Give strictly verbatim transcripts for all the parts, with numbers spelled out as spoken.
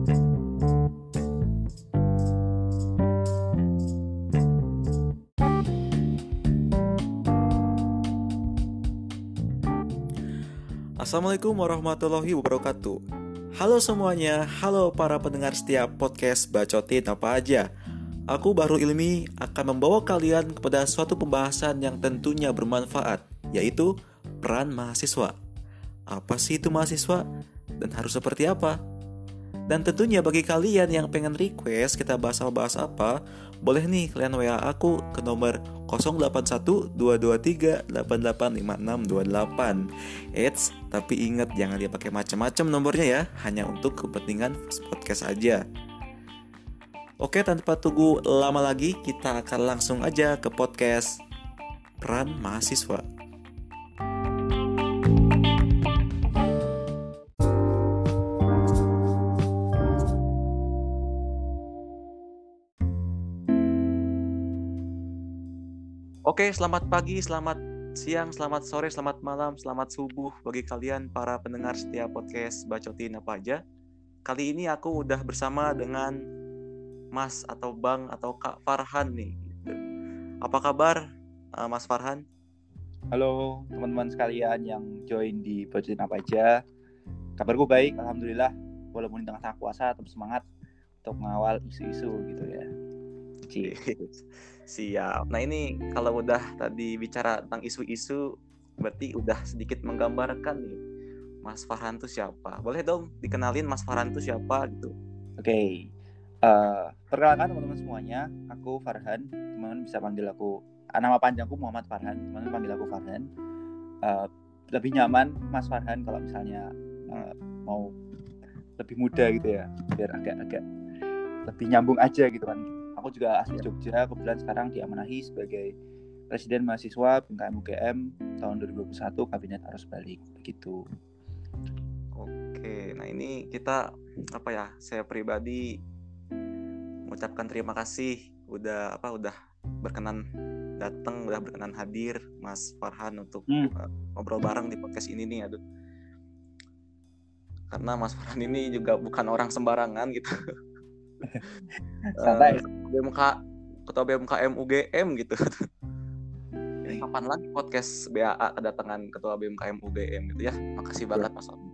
Assalamualaikum warahmatullahi wabarakatuh. Halo semuanya, halo para pendengar setiap podcast Bacotin Apa Aja. Aku Bahrul Ilmi akan membawa kalian kepada suatu pembahasan yang tentunya bermanfaat, yaitu peran mahasiswa. Apa sih itu mahasiswa? Dan harus seperti apa? Dan tentunya bagi kalian yang pengen request kita bahas-bahas apa, boleh nih kalian W A aku ke nomor nol delapan satu dua dua tiga delapan delapan lima enam dua delapan. Eits, tapi ingat jangan dia pakai macam-macam nomornya ya, hanya untuk kepentingan podcast aja. Oke, tanpa tunggu lama lagi, kita akan langsung aja ke podcast Peran Mahasiswa. Oke, selamat pagi, selamat siang, selamat sore, selamat malam, selamat subuh bagi kalian para pendengar setiap podcast Bacotin Apa Aja. Kali ini aku udah bersama dengan Mas atau Bang atau Kak Farhan nih. Apa kabar uh, Mas Farhan? Halo teman-teman sekalian yang join di Bacotin Apa Aja. Kabarku baik, alhamdulillah. Walaupun di tengah-tengah puasa, tetap semangat untuk mengawal isu-isu gitu ya. Siap. Nah ini kalau udah tadi bicara tentang isu-isu, berarti udah sedikit menggambarkan nih Mas Farhan tuh siapa. Boleh dong dikenalin Mas Farhan tuh siapa gitu. Oke, okay. uh, perkenalkan teman-teman semuanya, aku Farhan. Teman-teman bisa panggil aku, nama panjangku Muhammad Farhan. Teman-teman panggil aku Farhan. Uh, lebih nyaman Mas Farhan kalau misalnya uh, mau lebih muda gitu ya, biar agak-agak lebih nyambung aja gitu kan. Aku juga asli Jogja, kebetulan sekarang diamanahi sebagai Presiden Mahasiswa B M K M U G M tahun dua ribu dua puluh satu Kabinet Arus Balik, begitu. Oke, nah ini kita apa ya? Saya pribadi mengucapkan terima kasih udah apa udah berkenan datang, udah berkenan hadir Mas Farhan untuk hmm. uh, ngobrol bareng di podcast ini nih, aduh. Karena Mas Farhan ini juga bukan orang sembarangan gitu. Santai. Uh, B M K, Ketua B M K M U G M gitu. Ini kapan lagi podcast B A A kedatangan Ketua B M K M U G M gitu ya. Makasih banget Mas Farhan.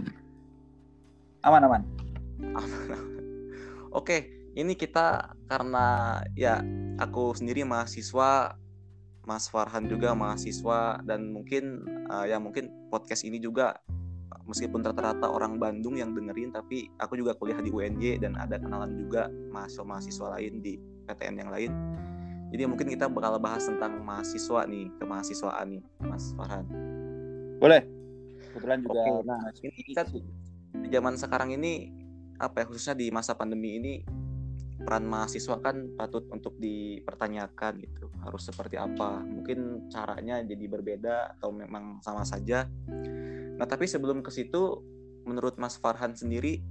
Aman aman. Aman. Oke, ini kita karena ya aku sendiri mahasiswa, Mas Farhan juga mahasiswa, dan mungkin uh, ya mungkin podcast ini juga meskipun rata-rata orang Bandung yang dengerin, tapi aku juga kuliah di U N Y dan ada kenalan juga mahasiswa-mahasiswa lain di P T N yang lain. Jadi mungkin kita bakal bahas tentang mahasiswa nih, kemahasiswaan nih, Mas Farhan. Boleh. Kebetulan juga. Oke, nah ini kita di zaman sekarang ini apa ya, khususnya di masa pandemi ini, peran mahasiswa kan patut untuk dipertanyakan gitu. Harus seperti apa? Mungkin caranya jadi berbeda atau memang sama saja. Nah, tapi sebelum ke situ, menurut Mas Farhan sendiri,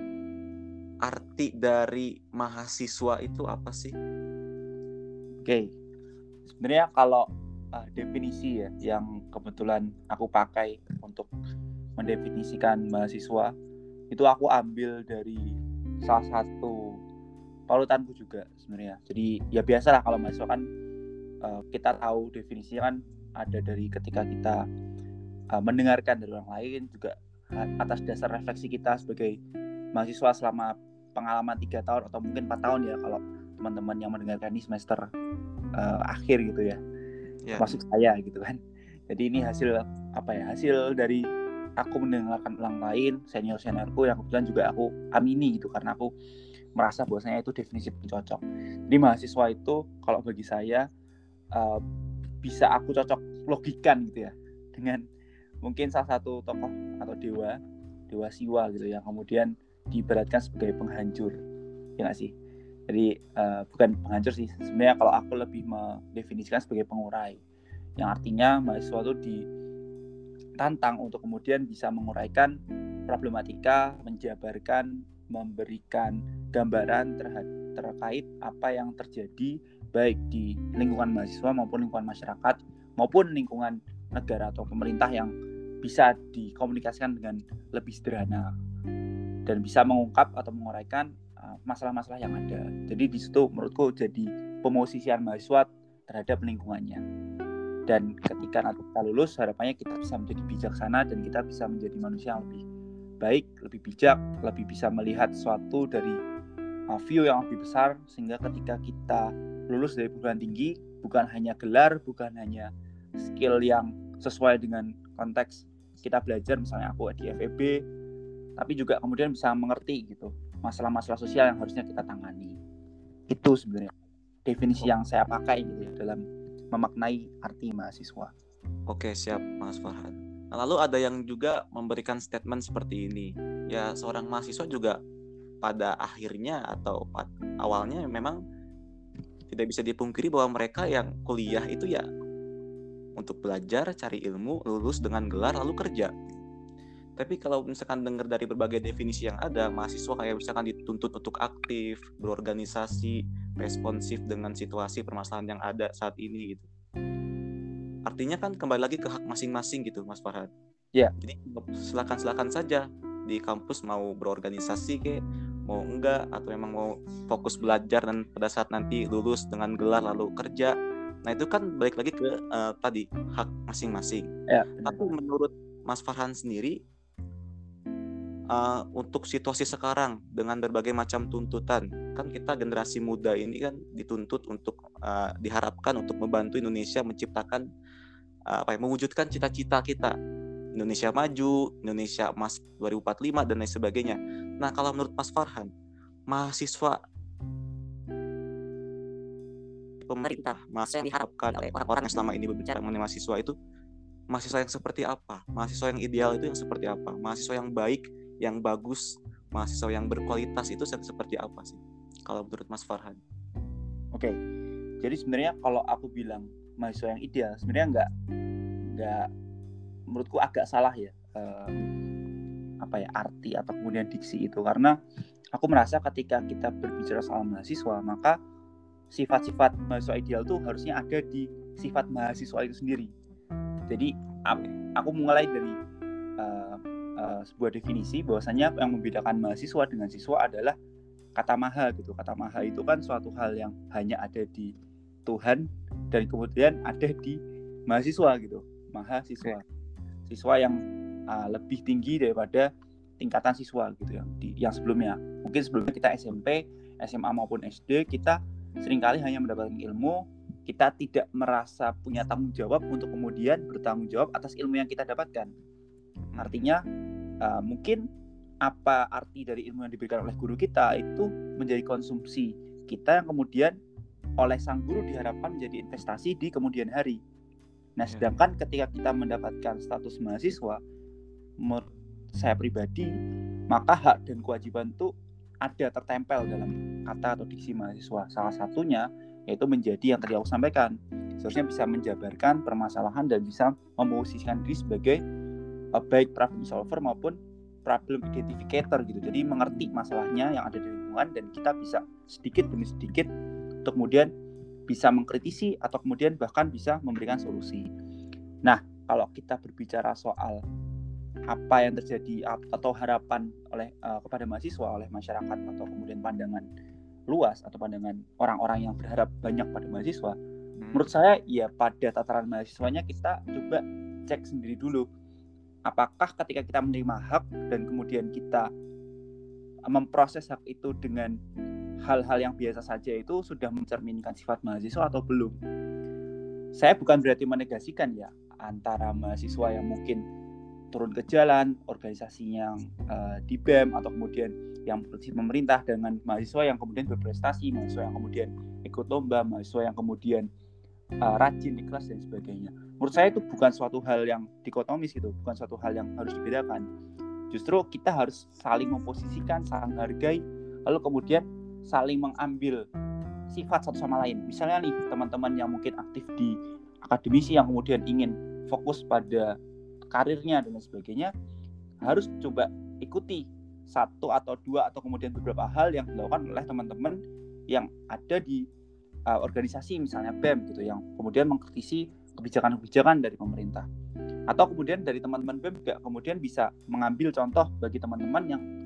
arti dari mahasiswa itu apa sih? Oke, okay. Sebenarnya kalau uh, definisi ya, yang kebetulan aku pakai untuk mendefinisikan mahasiswa, itu aku ambil dari salah satu panutanku juga sebenarnya. Jadi ya biasalah kalau mahasiswa kan uh, kita tahu definisinya kan ada dari ketika kita Uh, mendengarkan dari orang lain, juga atas dasar refleksi kita sebagai mahasiswa selama pengalaman tiga tahun atau mungkin empat tahun ya kalau teman-teman yang mendengarkan ini semester uh, akhir gitu ya, yeah. Termasuk saya gitu kan. Jadi ini hasil apa ya, hasil dari aku mendengarkan orang lain, senior-seniorku yang kebetulan juga aku amini gitu, karena aku merasa bahwasanya itu definisi cocok. Jadi mahasiswa itu kalau bagi saya uh, bisa aku cocok logikan gitu ya dengan mungkin salah satu tokoh atau dewa, dewa Siwa gitu yang kemudian diibaratkan sebagai penghancur, ya nggak sih? Jadi uh, bukan penghancur sih, sebenarnya kalau aku lebih mendefinisikan sebagai pengurai, yang artinya mahasiswa itu ditantang untuk kemudian bisa menguraikan problematika, menjabarkan, memberikan gambaran terhadap terkait apa yang terjadi baik di lingkungan mahasiswa maupun lingkungan masyarakat maupun lingkungan negara atau pemerintah yang bisa dikomunikasikan dengan lebih sederhana. dan bisa mengungkap atau menguraikan uh, masalah-masalah yang ada. Jadi di situ menurutku jadi pemosisian mahasiswa terhadap lingkungannya. Dan ketika nanti kita lulus, harapannya kita bisa menjadi bijaksana dan kita bisa menjadi manusia yang lebih baik, lebih bijak, lebih bisa melihat sesuatu dari uh, view yang lebih besar, sehingga ketika kita lulus dari perguruan tinggi, bukan hanya gelar, bukan hanya skill yang sesuai dengan konteks kita belajar, misalnya aku di F E B, tapi juga kemudian bisa mengerti gitu masalah-masalah sosial yang harusnya kita tangani. Itu sebenarnya definisi yang saya pakai gitu ya, dalam memaknai arti mahasiswa. Oke, siap Mas Farhan. Nah, lalu ada yang juga memberikan statement seperti ini. Ya, seorang mahasiswa juga pada akhirnya atau pada awalnya memang tidak bisa dipungkiri bahwa mereka yang kuliah itu ya untuk belajar, cari ilmu, lulus dengan gelar lalu kerja. Tapi kalau misalkan dengar dari berbagai definisi yang ada, mahasiswa kayak misalkan dituntut untuk aktif, berorganisasi, responsif dengan situasi permasalahan yang ada saat ini gitu. Artinya kan kembali lagi ke hak masing-masing gitu, Mas Farhan. Ya. Yeah. Jadi silakan-silakan saja di kampus mau berorganisasi ke, mau enggak, atau memang mau fokus belajar dan pada saat nanti lulus dengan gelar lalu kerja. Nah itu kan balik lagi ke uh, tadi hak masing-masing. Ya. Tapi menurut Mas Farhan sendiri, Uh, untuk situasi sekarang dengan berbagai macam tuntutan, kan kita generasi muda ini kan dituntut untuk uh, diharapkan untuk membantu Indonesia menciptakan uh, apa ya, mewujudkan cita-cita kita, Indonesia maju, Indonesia emas dua ribu empat puluh lima dan lain sebagainya. Nah kalau menurut Mas Farhan, mahasiswa pemerintah, mahasiswa yang diharapkan oleh orang-orang yang selama ini berbicara mengenai mahasiswa itu mahasiswa yang seperti apa? Mahasiswa yang ideal itu yang seperti apa? Mahasiswa yang baik, yang bagus, mahasiswa yang berkualitas itu seperti apa sih kalau menurut Mas Farhan? Oke, jadi sebenarnya kalau aku bilang mahasiswa yang ideal, sebenarnya nggak nggak menurutku agak salah ya eh, apa ya arti atau kemudian diksi itu, karena aku merasa ketika kita berbicara soal mahasiswa, maka sifat-sifat mahasiswa ideal tuh harusnya ada di sifat mahasiswa itu sendiri. Jadi aku mulai dari uh, uh, sebuah definisi bahwasanya yang membedakan mahasiswa dengan siswa adalah kata maha gitu. Kata maha itu kan suatu hal yang hanya ada di Tuhan dan kemudian ada di mahasiswa gitu. Mahasiswa, siswa yang uh, lebih tinggi daripada tingkatan siswa gitu ya. Di, yang sebelumnya, mungkin sebelumnya kita S M P, S M A maupun S D kita seringkali hanya mendapatkan ilmu. Kita tidak merasa punya tanggung jawab untuk kemudian bertanggung jawab atas ilmu yang kita dapatkan. Artinya uh, mungkin apa arti dari ilmu yang diberikan oleh guru kita itu menjadi konsumsi kita yang kemudian oleh sang guru diharapkan menjadi investasi di kemudian hari. Nah sedangkan ketika kita mendapatkan status mahasiswa, menurut saya pribadi, maka hak dan kewajiban itu ada tertempel dalam kata atau diksi mahasiswa. Salah satunya yaitu menjadi yang tadi aku sampaikan, seharusnya bisa menjabarkan permasalahan dan bisa memposisikan diri sebagai uh, baik problem solver maupun problem identificator gitu. Jadi mengerti masalahnya yang ada di lingkungan dan kita bisa sedikit demi sedikit untuk kemudian bisa mengkritisi atau kemudian bahkan bisa memberikan solusi. Nah, kalau kita berbicara soal apa yang terjadi atau harapan oleh uh, kepada mahasiswa oleh masyarakat atau kemudian pandangan luas atau pandangan orang-orang yang berharap banyak pada mahasiswa, hmm. menurut saya ya pada tataran mahasiswanya kita coba cek sendiri dulu apakah ketika kita menerima hak dan kemudian kita memproses hak itu dengan hal-hal yang biasa saja itu sudah mencerminkan sifat mahasiswa atau belum. Saya bukan berarti menegasikan ya antara mahasiswa yang mungkin turun ke jalan, organisasinya yang uh, di B E M atau kemudian yang bersih pemerintah dengan mahasiswa yang kemudian berprestasi, mahasiswa yang kemudian ikut lomba, mahasiswa yang kemudian uh, rajin di kelas dan sebagainya. Menurut saya itu bukan suatu hal yang dikotomis gitu, bukan suatu hal yang harus dibedakan. Justru kita harus saling memposisikan, saling hargai, lalu kemudian saling mengambil sifat satu sama lain. Misalnya nih teman-teman yang mungkin aktif di akademisi yang kemudian ingin fokus pada karirnya dan sebagainya, harus coba ikuti satu atau dua atau kemudian beberapa hal yang dilakukan oleh teman-teman yang ada di uh, organisasi misalnya B E M gitu, yang kemudian mengkritisi kebijakan-kebijakan dari pemerintah. Atau kemudian dari teman-teman B E M juga kemudian bisa mengambil contoh bagi teman-teman yang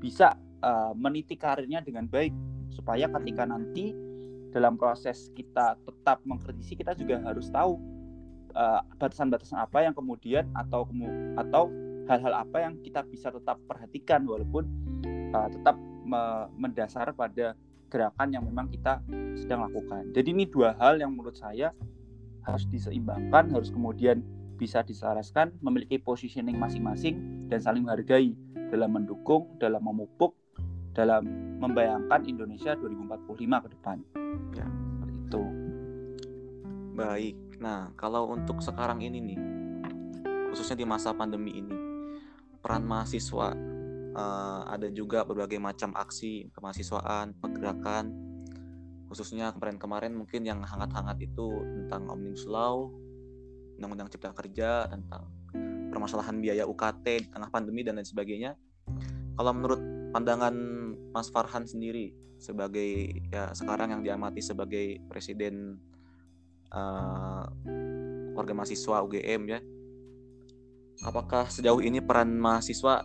bisa uh, meniti karirnya dengan baik, supaya ketika nanti dalam proses kita tetap mengkritisi, kita juga harus tahu uh, batasan-batasan apa yang kemudian atau atau hal-hal apa yang kita bisa tetap perhatikan walaupun uh, tetap me- mendasar pada gerakan yang memang kita sedang lakukan. Jadi ini dua hal yang menurut saya harus diseimbangkan, harus kemudian bisa diselaraskan, memiliki positioning masing-masing dan saling menghargai dalam mendukung, dalam memupuk, dalam membayangkan Indonesia dua ribu empat puluh lima ke depan. Ya, seperti itu. Baik. Nah, kalau untuk sekarang ini nih, khususnya di masa pandemi ini, peran mahasiswa uh, ada juga berbagai macam aksi kemahasiswaan, pergerakan, khususnya kemarin-kemarin mungkin yang hangat-hangat itu tentang Omnibus Law, Undang-Undang Cipta Kerja, tentang permasalahan biaya U K T di tengah pandemi dan lain sebagainya. Kalau menurut pandangan Mas Farhan sendiri sebagai ya sekarang yang diamati sebagai presiden uh, warga mahasiswa U G M ya, apakah sejauh ini peran mahasiswa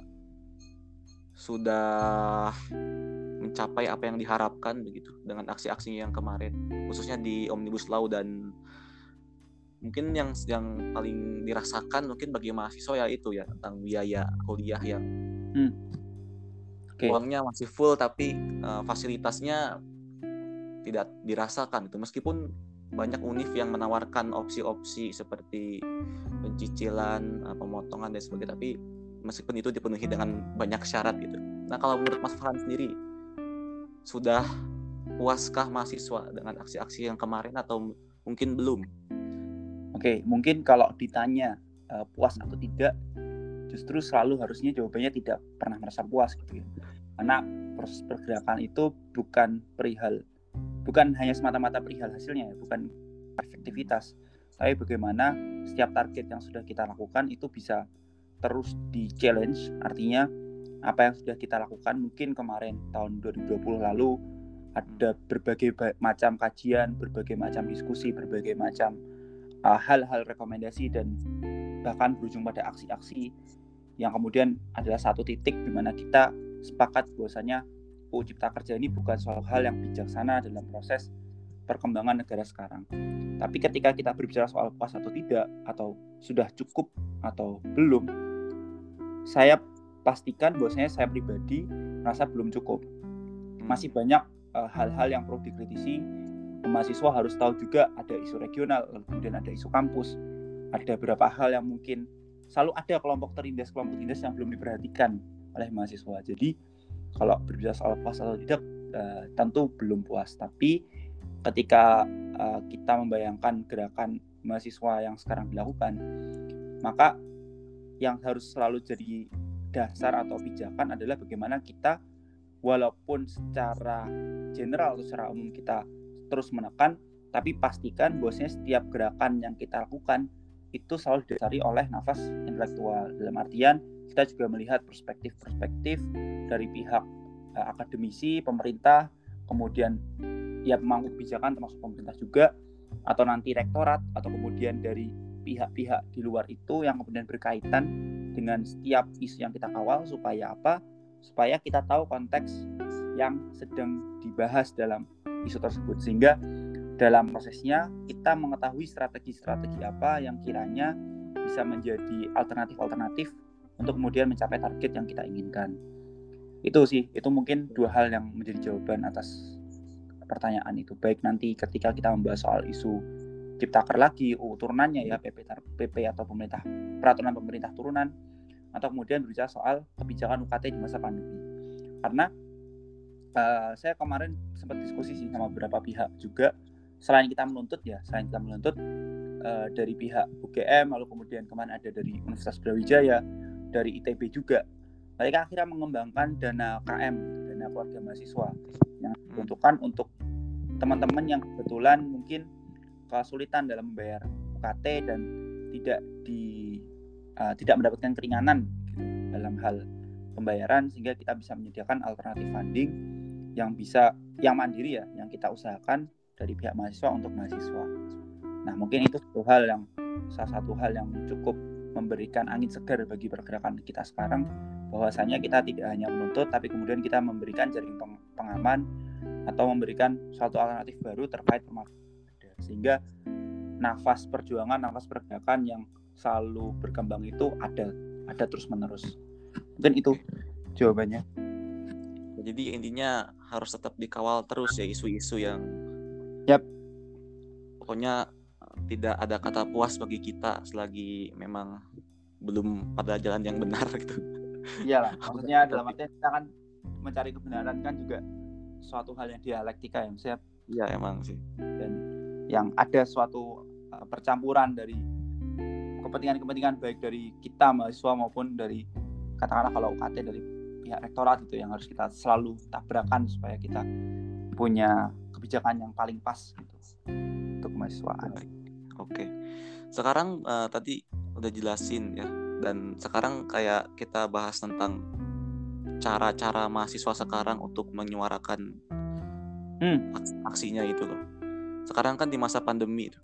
sudah mencapai apa yang diharapkan begitu dengan aksi-aksinya yang kemarin, khususnya di Omnibus Law, dan mungkin yang yang paling dirasakan mungkin bagi mahasiswa ya itu ya tentang biaya kuliah yang hmm. okay. uangnya masih full tapi uh, fasilitasnya tidak dirasakan itu, meskipun banyak univ yang menawarkan opsi-opsi seperti pencicilan, uh, pemotongan dan sebagainya, tapi meskipun itu dipenuhi dengan banyak syarat gitu. Nah, kalau menurut Mas Farhan sendiri, sudah puaskah mahasiswa dengan aksi-aksi yang kemarin atau mungkin belum? Oke, mungkin kalau ditanya uh, puas atau tidak, justru selalu harusnya jawabannya tidak pernah merasa puas gitu ya. Karena proses pergerakan itu bukan perihal, bukan hanya semata-mata perihal hasilnya ya, bukan efektivitas, tapi bagaimana setiap target yang sudah kita lakukan itu bisa terus di-challenge. Artinya apa yang sudah kita lakukan mungkin kemarin tahun dua ribu dua puluh lalu ada berbagai macam kajian, berbagai macam diskusi, berbagai macam uh, hal-hal rekomendasi dan bahkan berujung pada aksi-aksi yang kemudian adalah satu titik di mana kita sepakat bahwasanya U U Cipta Kerja ini bukan suatu hal yang bijaksana dalam proses perkembangan negara sekarang. Tapi ketika kita berbicara soal puas atau tidak, atau sudah cukup atau belum, saya pastikan bahwasanya saya pribadi merasa belum cukup. Masih banyak uh, hal-hal yang perlu dikritisi. Mahasiswa harus tahu juga ada isu regional, kemudian ada isu kampus, ada beberapa hal yang mungkin selalu ada kelompok terindas, kelompok tindas yang belum diperhatikan oleh mahasiswa. Jadi kalau berbicara soal puas atau tidak, uh, tentu belum puas. Tapi ketika uh, kita membayangkan gerakan mahasiswa yang sekarang dilakukan, maka yang harus selalu jadi dasar atau pijakan adalah bagaimana kita walaupun secara general atau secara umum kita terus menekan, tapi pastikan bahwasanya setiap gerakan yang kita lakukan itu selalu didasari oleh nafas intelektual. Dalam artian kita juga melihat perspektif-perspektif dari pihak uh, akademisi, pemerintah, kemudian ya pemangku kebijakan termasuk pemerintah juga, atau nanti rektorat, atau kemudian dari pihak-pihak di luar itu yang kemudian berkaitan dengan setiap isu yang kita kawal. Supaya apa? Supaya kita tahu konteks yang sedang dibahas dalam isu tersebut, sehingga dalam prosesnya kita mengetahui strategi-strategi apa yang kiranya bisa menjadi alternatif-alternatif untuk kemudian mencapai target yang kita inginkan. Itu sih, itu mungkin dua hal yang menjadi jawaban atas pertanyaan itu. Baik nanti ketika kita membahas soal isu Ciptaker lagi, U U turunannya ya, P P, P P atau pemerintah, peraturan pemerintah turunan, atau kemudian berbicara soal kebijakan U K T di masa pandemi. Karena uh, saya kemarin sempat diskusi sih sama beberapa pihak juga, selain kita menuntut ya, selain kita menuntut uh, dari pihak U G M, lalu kemudian kemarin ada dari Universitas Brawijaya, dari I T B juga, mereka akhirnya mengembangkan dana K M, dana keluarga mahasiswa, yang diperuntukkan untuk teman-teman yang kebetulan mungkin kesulitan dalam membayar U K T dan tidak di uh, tidak mendapatkan keringanan gitu, dalam hal pembayaran, sehingga kita bisa menyediakan alternatif funding yang bisa yang mandiri ya, yang kita usahakan dari pihak mahasiswa untuk mahasiswa. Nah, mungkin itu satu hal yang salah satu hal yang cukup memberikan angin segar bagi pergerakan kita sekarang, bahwasanya kita tidak hanya menuntut, tapi kemudian kita memberikan jaring pengaman atau memberikan suatu alternatif baru terkait permasalahan, sehingga nafas perjuangan, nafas pergerakan yang selalu berkembang itu ada ada terus menerus. Mungkin itu jawabannya. Jadi intinya harus tetap dikawal terus ya isu-isu yang Yap. Pokoknya tidak ada kata puas bagi kita selagi memang belum pada jalan yang benar gitu. Iyalah, maksudnya dalam artian kita kan mencari kebenaran kan juga suatu hal yang dialektika ya, maksudnya. Iya emang sih. Dan yang ada suatu uh, percampuran dari kepentingan-kepentingan baik dari kita mahasiswa maupun dari katakanlah kalau U K T dari pihak rektorat itu yang harus kita selalu tabrakan supaya kita punya kebijakan yang paling pas gitu untuk kemahasiswaan. Oke. Sekarang uh, tadi udah jelasin ya, dan sekarang kayak kita bahas tentang cara-cara mahasiswa sekarang untuk menyuarakan hmm. aksinya itu loh. Sekarang kan di masa pandemi itu,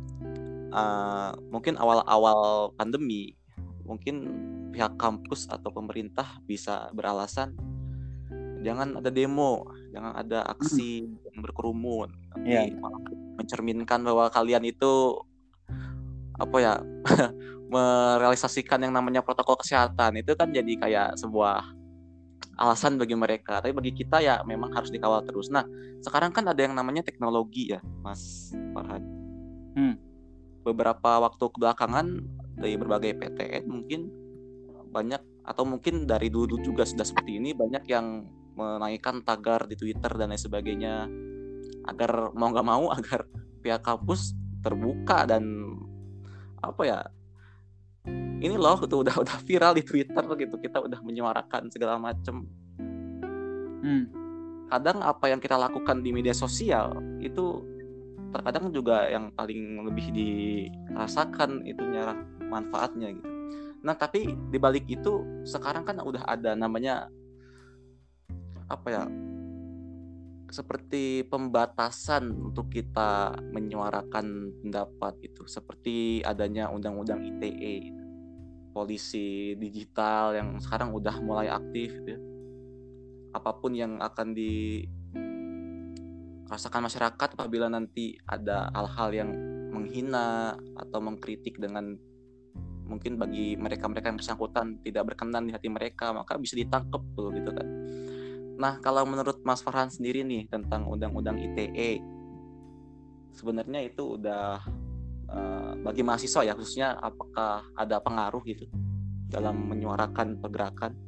uh, mungkin awal-awal pandemi mungkin pihak kampus atau pemerintah bisa beralasan jangan ada demo, jangan ada aksi hmm. yang berkerumun, tapi yeah. malah mencerminkan bahwa kalian itu apa ya merealisasikan yang namanya protokol kesehatan. Itu kan jadi kayak sebuah alasan bagi mereka, tapi bagi kita ya memang harus dikawal terus. Nah sekarang kan ada yang namanya teknologi ya Mas Farhan. hmm. Beberapa waktu kebelakangan dari berbagai P T N mungkin banyak, atau mungkin dari dulu juga sudah seperti ini, banyak yang menaikkan tagar di Twitter dan lain sebagainya agar mau nggak mau agar pihak kampus terbuka dan apa ya, ini loh itu udah udah viral di Twitter gitu, kita udah menyuarakan segala macam. hmm. Kadang apa yang kita lakukan di media sosial itu terkadang juga yang paling lebih dirasakan itunya manfaatnya gitu. Nah tapi di balik itu sekarang kan udah ada namanya apa ya, seperti pembatasan untuk kita menyuarakan pendapat itu, seperti adanya undang-undang I T E, polisi digital yang sekarang udah mulai aktif gitu ya. Apapun yang akan dirasakan masyarakat apabila nanti ada hal-hal yang menghina atau mengkritik dengan mungkin bagi mereka-mereka yang bersangkutan tidak berkenan di hati mereka, maka bisa ditangkap tuh gitu kan. Nah, kalau menurut Mas Farhan sendiri nih tentang undang-undang I T E, sebenarnya itu udah uh, bagi mahasiswa ya khususnya, apakah ada pengaruh gitu dalam menyuarakan pergerakan?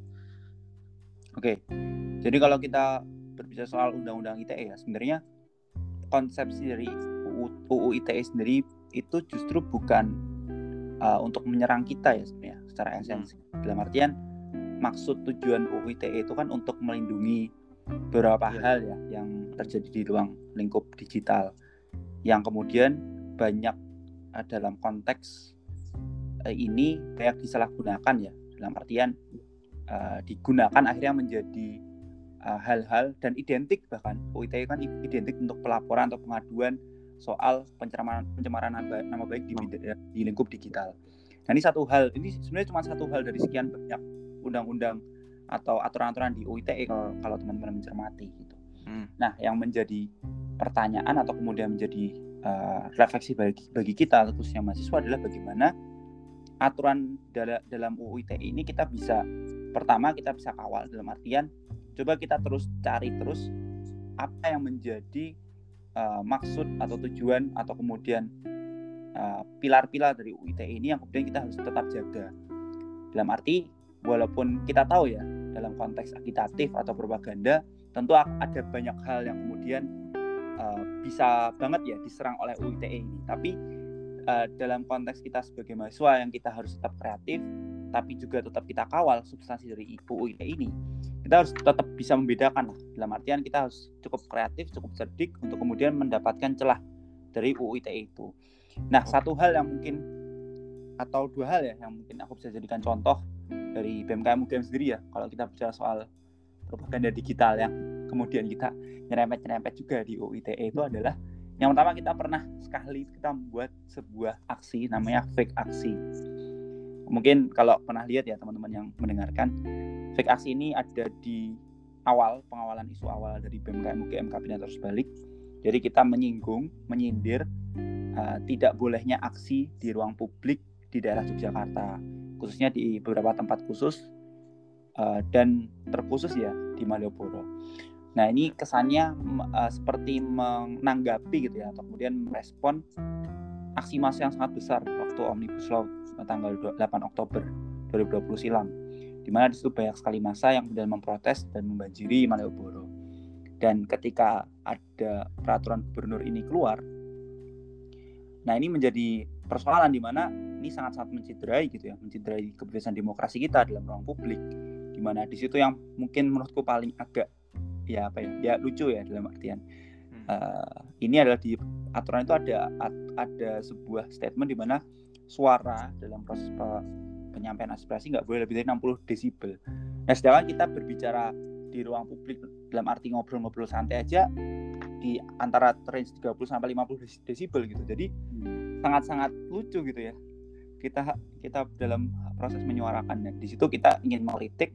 Oke, jadi kalau kita berbicara soal undang-undang I T E ya, sebenarnya konsepsi dari U U I T E sendiri itu justru bukan uh, untuk menyerang kita ya sebenarnya secara esensi. Hmm. Dalam artian maksud tujuan U U I T E itu kan untuk melindungi beberapa ya. hal ya yang terjadi di ruang lingkup digital yang kemudian banyak uh, dalam konteks uh, ini banyak disalahgunakan ya, dalam artian uh, digunakan akhirnya menjadi uh, hal-hal dan identik, bahkan U U I T E kan identik untuk pelaporan atau pengaduan soal pencemaran pencemaran nama baik di, di lingkup digital. Nah ini satu hal, ini sebenarnya cuma satu hal dari sekian banyak undang-undang atau aturan-aturan di U U I T E kalau, kalau teman-teman mencermati gitu. Hmm. Nah, yang menjadi pertanyaan atau kemudian menjadi uh, refleksi bagi, bagi kita khususnya mahasiswa adalah bagaimana aturan dala, dalam U U I T E ini kita bisa, pertama kita bisa kawal, dalam artian coba kita terus cari terus apa yang menjadi uh, maksud atau tujuan atau kemudian uh, pilar-pilar dari U U I T E ini yang kemudian kita harus tetap jaga. Dalam arti walaupun kita tahu ya dalam konteks agitatif atau propaganda tentu ada banyak hal yang kemudian uh, bisa banget ya diserang oleh U U I T E ini, tapi uh, dalam konteks kita sebagai mahasiswa yang kita harus tetap kreatif tapi juga tetap kita kawal substansi dari U U I T E ini, kita harus tetap bisa membedakan lah. Dalam artian kita harus cukup kreatif, cukup cerdik untuk kemudian mendapatkan celah dari U U I T E itu. Nah satu hal yang mungkin atau dua hal ya yang mungkin aku bisa jadikan contoh dari B M K M U G M sendiri ya, kalau kita bicara soal propaganda digital yang kemudian kita nyerempet-nyerempet juga di U U I T E itu adalah yang pertama, kita pernah sekali kita membuat sebuah aksi namanya fake aksi. mungkin kalau pernah lihat ya teman-teman yang mendengarkan, fake aksi ini ada di awal pengawalan isu awal dari B M K M U G M Kabinet Arus Balik. Jadi kita menyinggung, menyindir uh, tidak bolehnya aksi di ruang publik di daerah Yogyakarta, khususnya di beberapa tempat khusus uh, dan terkhusus ya di Malioboro. Nah ini kesannya uh, seperti menanggapi gitu ya, atau kemudian merespon aksi massa yang sangat besar waktu Omnibus Law tanggal delapan Oktober dua ribu dua puluh silam, di mana di situ banyak sekali massa yang kemudian memprotes dan membanjiri Malioboro. Dan ketika ada peraturan gubernur ini keluar, nah ini menjadi persoalan di mana ini sangat-sangat menciderai gitu ya, menciderai kebebasan demokrasi kita dalam ruang publik, di mana di situ yang mungkin menurutku paling agak ya apa ya, ya lucu ya dalam artian uh, ini adalah di aturan itu ada ada sebuah statement di mana suara dalam proses pe, penyampaian aspirasi nggak boleh lebih dari enam puluh desibel. Nah sedangkan kita berbicara di ruang publik dalam arti ngobrol-ngobrol santai aja di antara range tiga puluh sampai lima puluh desibel gitu. Jadi sangat-sangat lucu gitu ya. Kita kita dalam proses menyuarakan, dan di situ kita ingin mengkritik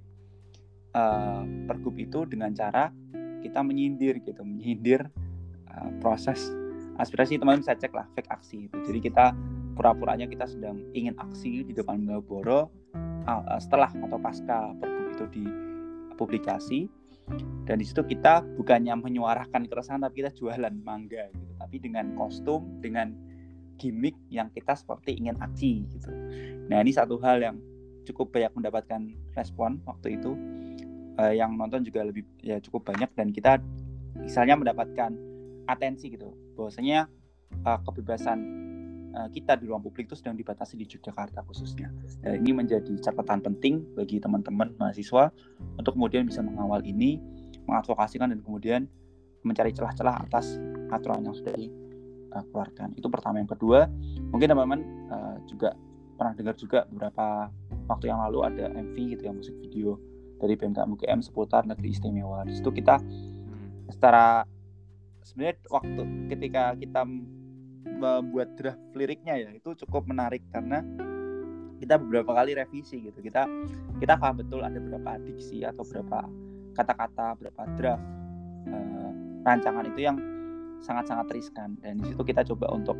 uh, pergub itu dengan cara kita menyindir gitu, menyindir uh, proses aspirasi. Teman-teman bisa cek lah fake aksi itu. Jadi kita pura-puranya kita sedang ingin aksi di depan Malioboro uh, setelah atau pasca pergub itu dipublikasi, dan di situ kita bukannya menyuarakan keresahan tapi kita jualan mangga gitu, tapi dengan kostum, dengan gimmick yang kita seperti ingin aksi gitu. Nah ini satu hal yang cukup banyak mendapatkan respon waktu itu. Uh, yang nonton juga lebih ya cukup banyak, dan kita misalnya mendapatkan atensi gitu bahwasanya uh, kebebasan uh, kita di ruang publik itu sedang dibatasi di Yogyakarta khususnya. Dan ini menjadi catatan penting bagi teman-teman mahasiswa untuk kemudian bisa mengawal ini, mengadvokasikan dan kemudian mencari celah-celah atas aturan yang sudah dikeluarkan. Itu pertama. Yang kedua, mungkin teman-teman uh, juga pernah dengar juga beberapa waktu yang lalu ada M V gitu ya, musik video dari B M K M U G M seputar negeri istimewa. Di situ kita secara sebenarnya waktu ketika kita membuat draft liriknya ya itu cukup menarik, karena kita beberapa kali revisi gitu. Kita kita paham betul ada beberapa diksi atau beberapa kata-kata, beberapa draft uh, rancangan itu yang sangat-sangat riskan, dan di situ kita coba untuk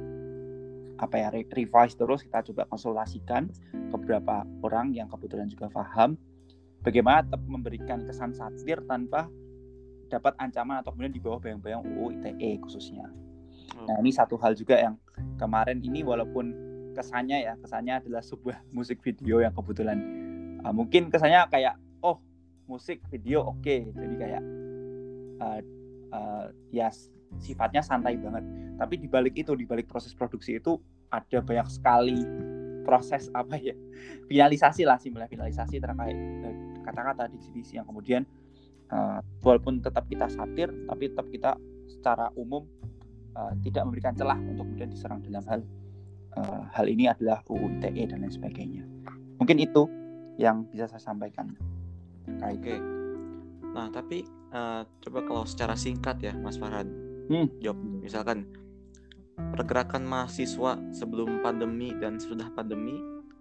apa ya revise terus, kita coba konsultasikan ke beberapa orang yang kebetulan juga paham bagaimana tetap memberikan kesan satir tanpa dapat ancaman atau kemudian di bawah bayang-bayang U U I T E khususnya. Nah ini satu hal juga yang kemarin ini walaupun kesannya ya kesannya adalah sebuah musik video yang kebetulan uh, mungkin kesannya kayak oh musik video oke okay. Jadi kayak uh, uh, ya sifatnya santai banget, tapi di balik itu, di balik proses produksi itu ada banyak sekali proses apa ya finalisasi lah, simulasi finalisasi terkait uh, kata-kata diksi-diksi yang kemudian uh, walaupun tetap kita satir tapi tetap kita secara umum uh, tidak memberikan celah untuk kemudian diserang dalam hal uh, hal ini adalah U U I T E dan lain sebagainya. Mungkin itu yang bisa saya sampaikan terkait. Oke. Nah tapi uh, coba kalau secara singkat ya Mas Farhan, hmm. jawab misalkan pergerakan mahasiswa sebelum pandemi dan sesudah pandemi,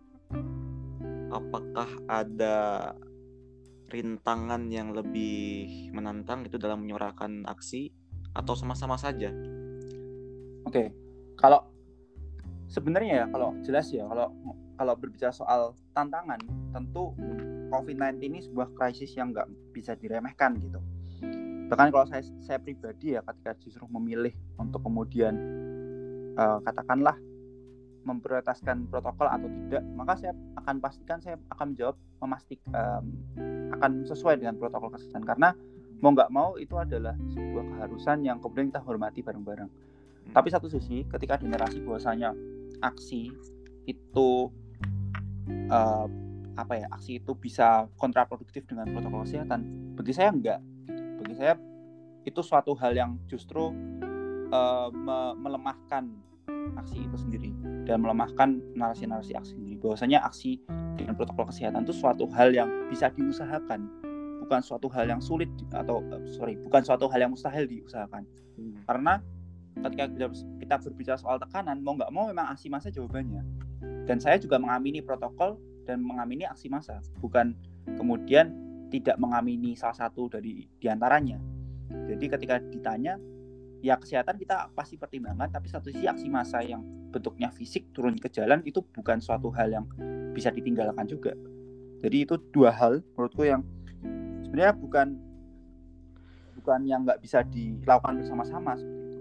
apakah ada rintangan yang lebih menantang itu dalam menyuarakan aksi atau sama-sama saja? Oke, kalau sebenarnya ya kalau jelas ya kalau kalau berbicara soal tantangan, tentu covid sembilan belas ini sebuah krisis yang nggak bisa diremehkan gitu. Bahkan kalau saya saya pribadi ya ketika disuruh memilih untuk kemudian uh, katakanlah memprioritaskan protokol atau tidak, maka saya akan pastikan saya akan menjawab memastik um, akan sesuai dengan protokol kesehatan, karena mau nggak mau itu adalah sebuah keharusan yang kemudian kita hormati bareng-bareng. Hmm. Tapi satu sisi ketika ada narasi bahwasanya aksi itu uh, apa ya aksi itu bisa kontraproduktif dengan protokol kesehatan, bagi saya enggak. Bagi saya itu suatu hal yang justru uh, me- melemahkan aksi itu sendiri dan melemahkan narasi-narasi aksi sendiri. Bahwasanya aksi dengan protokol kesehatan itu suatu hal yang bisa diusahakan, bukan suatu hal yang sulit atau uh, sorry bukan suatu hal yang mustahil diusahakan. Hmm. Karena ketika kita berbicara soal tekanan, mau nggak mau memang aksi massa jawabannya. Dan saya juga mengamini protokol dan mengamini aksi massa, bukan kemudian tidak mengamini salah satu dari diantaranya. Jadi ketika ditanya, ya kesehatan kita pasti pertimbangkan, tapi satu sisi aksi massa yang bentuknya fisik turun ke jalan itu bukan suatu hal yang bisa ditinggalkan juga. Jadi itu dua hal menurutku yang sebenarnya bukan bukan yang nggak bisa dilakukan bersama-sama seperti itu.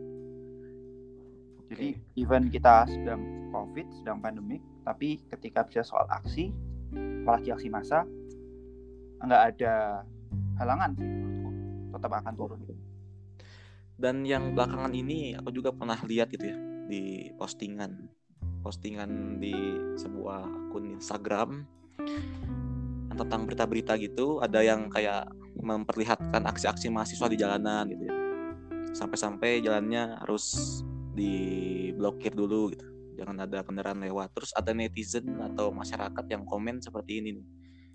Jadi even kita sedang COVID, sedang pandemik, tapi ketika bicara soal aksi, apalagi aksi massa, nggak ada halangan sih menurutku, tetap akan turun. Dan yang belakangan ini aku juga pernah lihat gitu ya di postingan postingan di sebuah akun Instagram yang tentang berita-berita gitu, ada yang kayak memperlihatkan aksi-aksi mahasiswa di jalanan gitu ya, sampai-sampai jalannya harus diblokir dulu gitu, jangan ada kendaraan lewat. Terus ada netizen atau masyarakat yang komen seperti ini nih,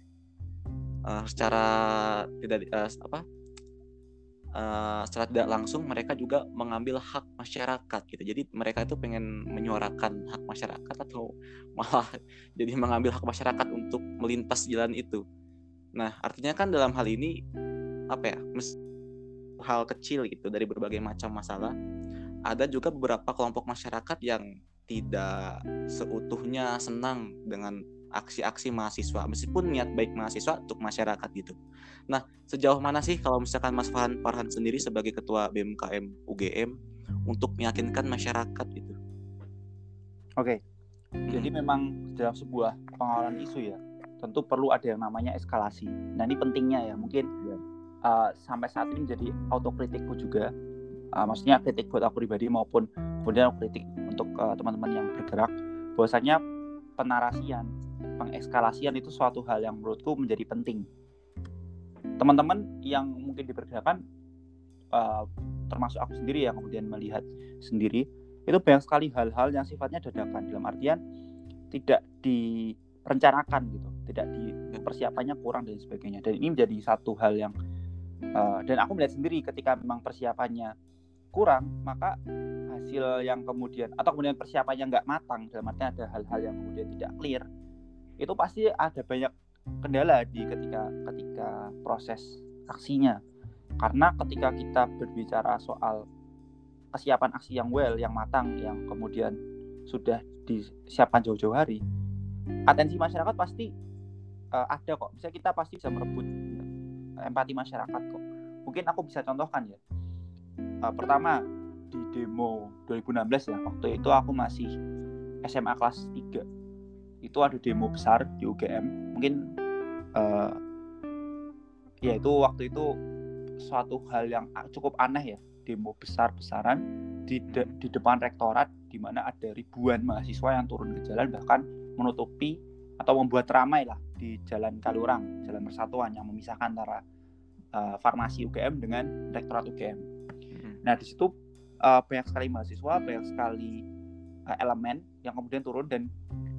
uh, secara tidak uh, apa uh, secara tidak langsung mereka juga mengambil hak masyarakat gitu. Jadi mereka itu pengen menyuarakan hak masyarakat atau malah jadi mengambil hak masyarakat untuk melintas jalan itu. Nah, artinya kan dalam hal ini apa ya, hal kecil gitu dari berbagai macam masalah, ada juga beberapa kelompok masyarakat yang tidak seutuhnya senang dengan aksi-aksi mahasiswa, meskipun niat baik mahasiswa untuk masyarakat gitu. Nah, sejauh mana sih kalau misalkan Mas Farhan, Farhan sendiri sebagai Ketua B M K M U G M untuk meyakinkan masyarakat gitu? Oke, hmm. Jadi memang dalam sebuah pengawalan isu ya, tentu perlu ada yang namanya eskalasi. Nah ini pentingnya ya, mungkin ya. Uh, sampai saat ini menjadi autokritikku juga. Uh, maksudnya kritik buat aku pribadi maupun kemudian kritik untuk uh, teman-teman yang bergerak, bahwasanya penarasian, pengekskalasian itu suatu hal yang menurutku menjadi penting. Teman-teman yang mungkin dipergerakan, uh, termasuk aku sendiri yang kemudian melihat sendiri, itu banyak sekali hal-hal yang sifatnya dadakan, dalam artian tidak direncanakan gitu, tidak di persiapannya kurang dan sebagainya. Dan ini menjadi satu hal yang uh, dan aku melihat sendiri ketika memang persiapannya kurang, maka hasil yang kemudian atau kemudian persiapannya nggak matang, dalam artian ada hal-hal yang kemudian tidak clear, itu pasti ada banyak kendala di ketika ketika proses aksinya. Karena ketika kita berbicara soal kesiapan aksi yang well, yang matang, yang kemudian sudah disiapkan jauh-jauh hari, atensi masyarakat pasti uh, ada kok. Misalnya kita pasti bisa merebut empati masyarakat kok. Mungkin aku bisa contohkan ya. Uh, pertama di demo dua ribu enam belas ya, waktu itu aku masih S M A kelas tiga. Itu ada demo besar di U G M. Mungkin uh, ya itu waktu itu suatu hal yang cukup aneh ya, demo besar-besaran di de- di depan rektorat, di mana ada ribuan mahasiswa yang turun ke jalan, bahkan menutupi atau membuat ramai lah di Jalan Kaliurang, Jalan Persatuan yang memisahkan antara uh, farmasi U G M dengan rektorat U G M. Nah di situ uh, banyak sekali mahasiswa, banyak sekali uh, elemen yang kemudian turun, dan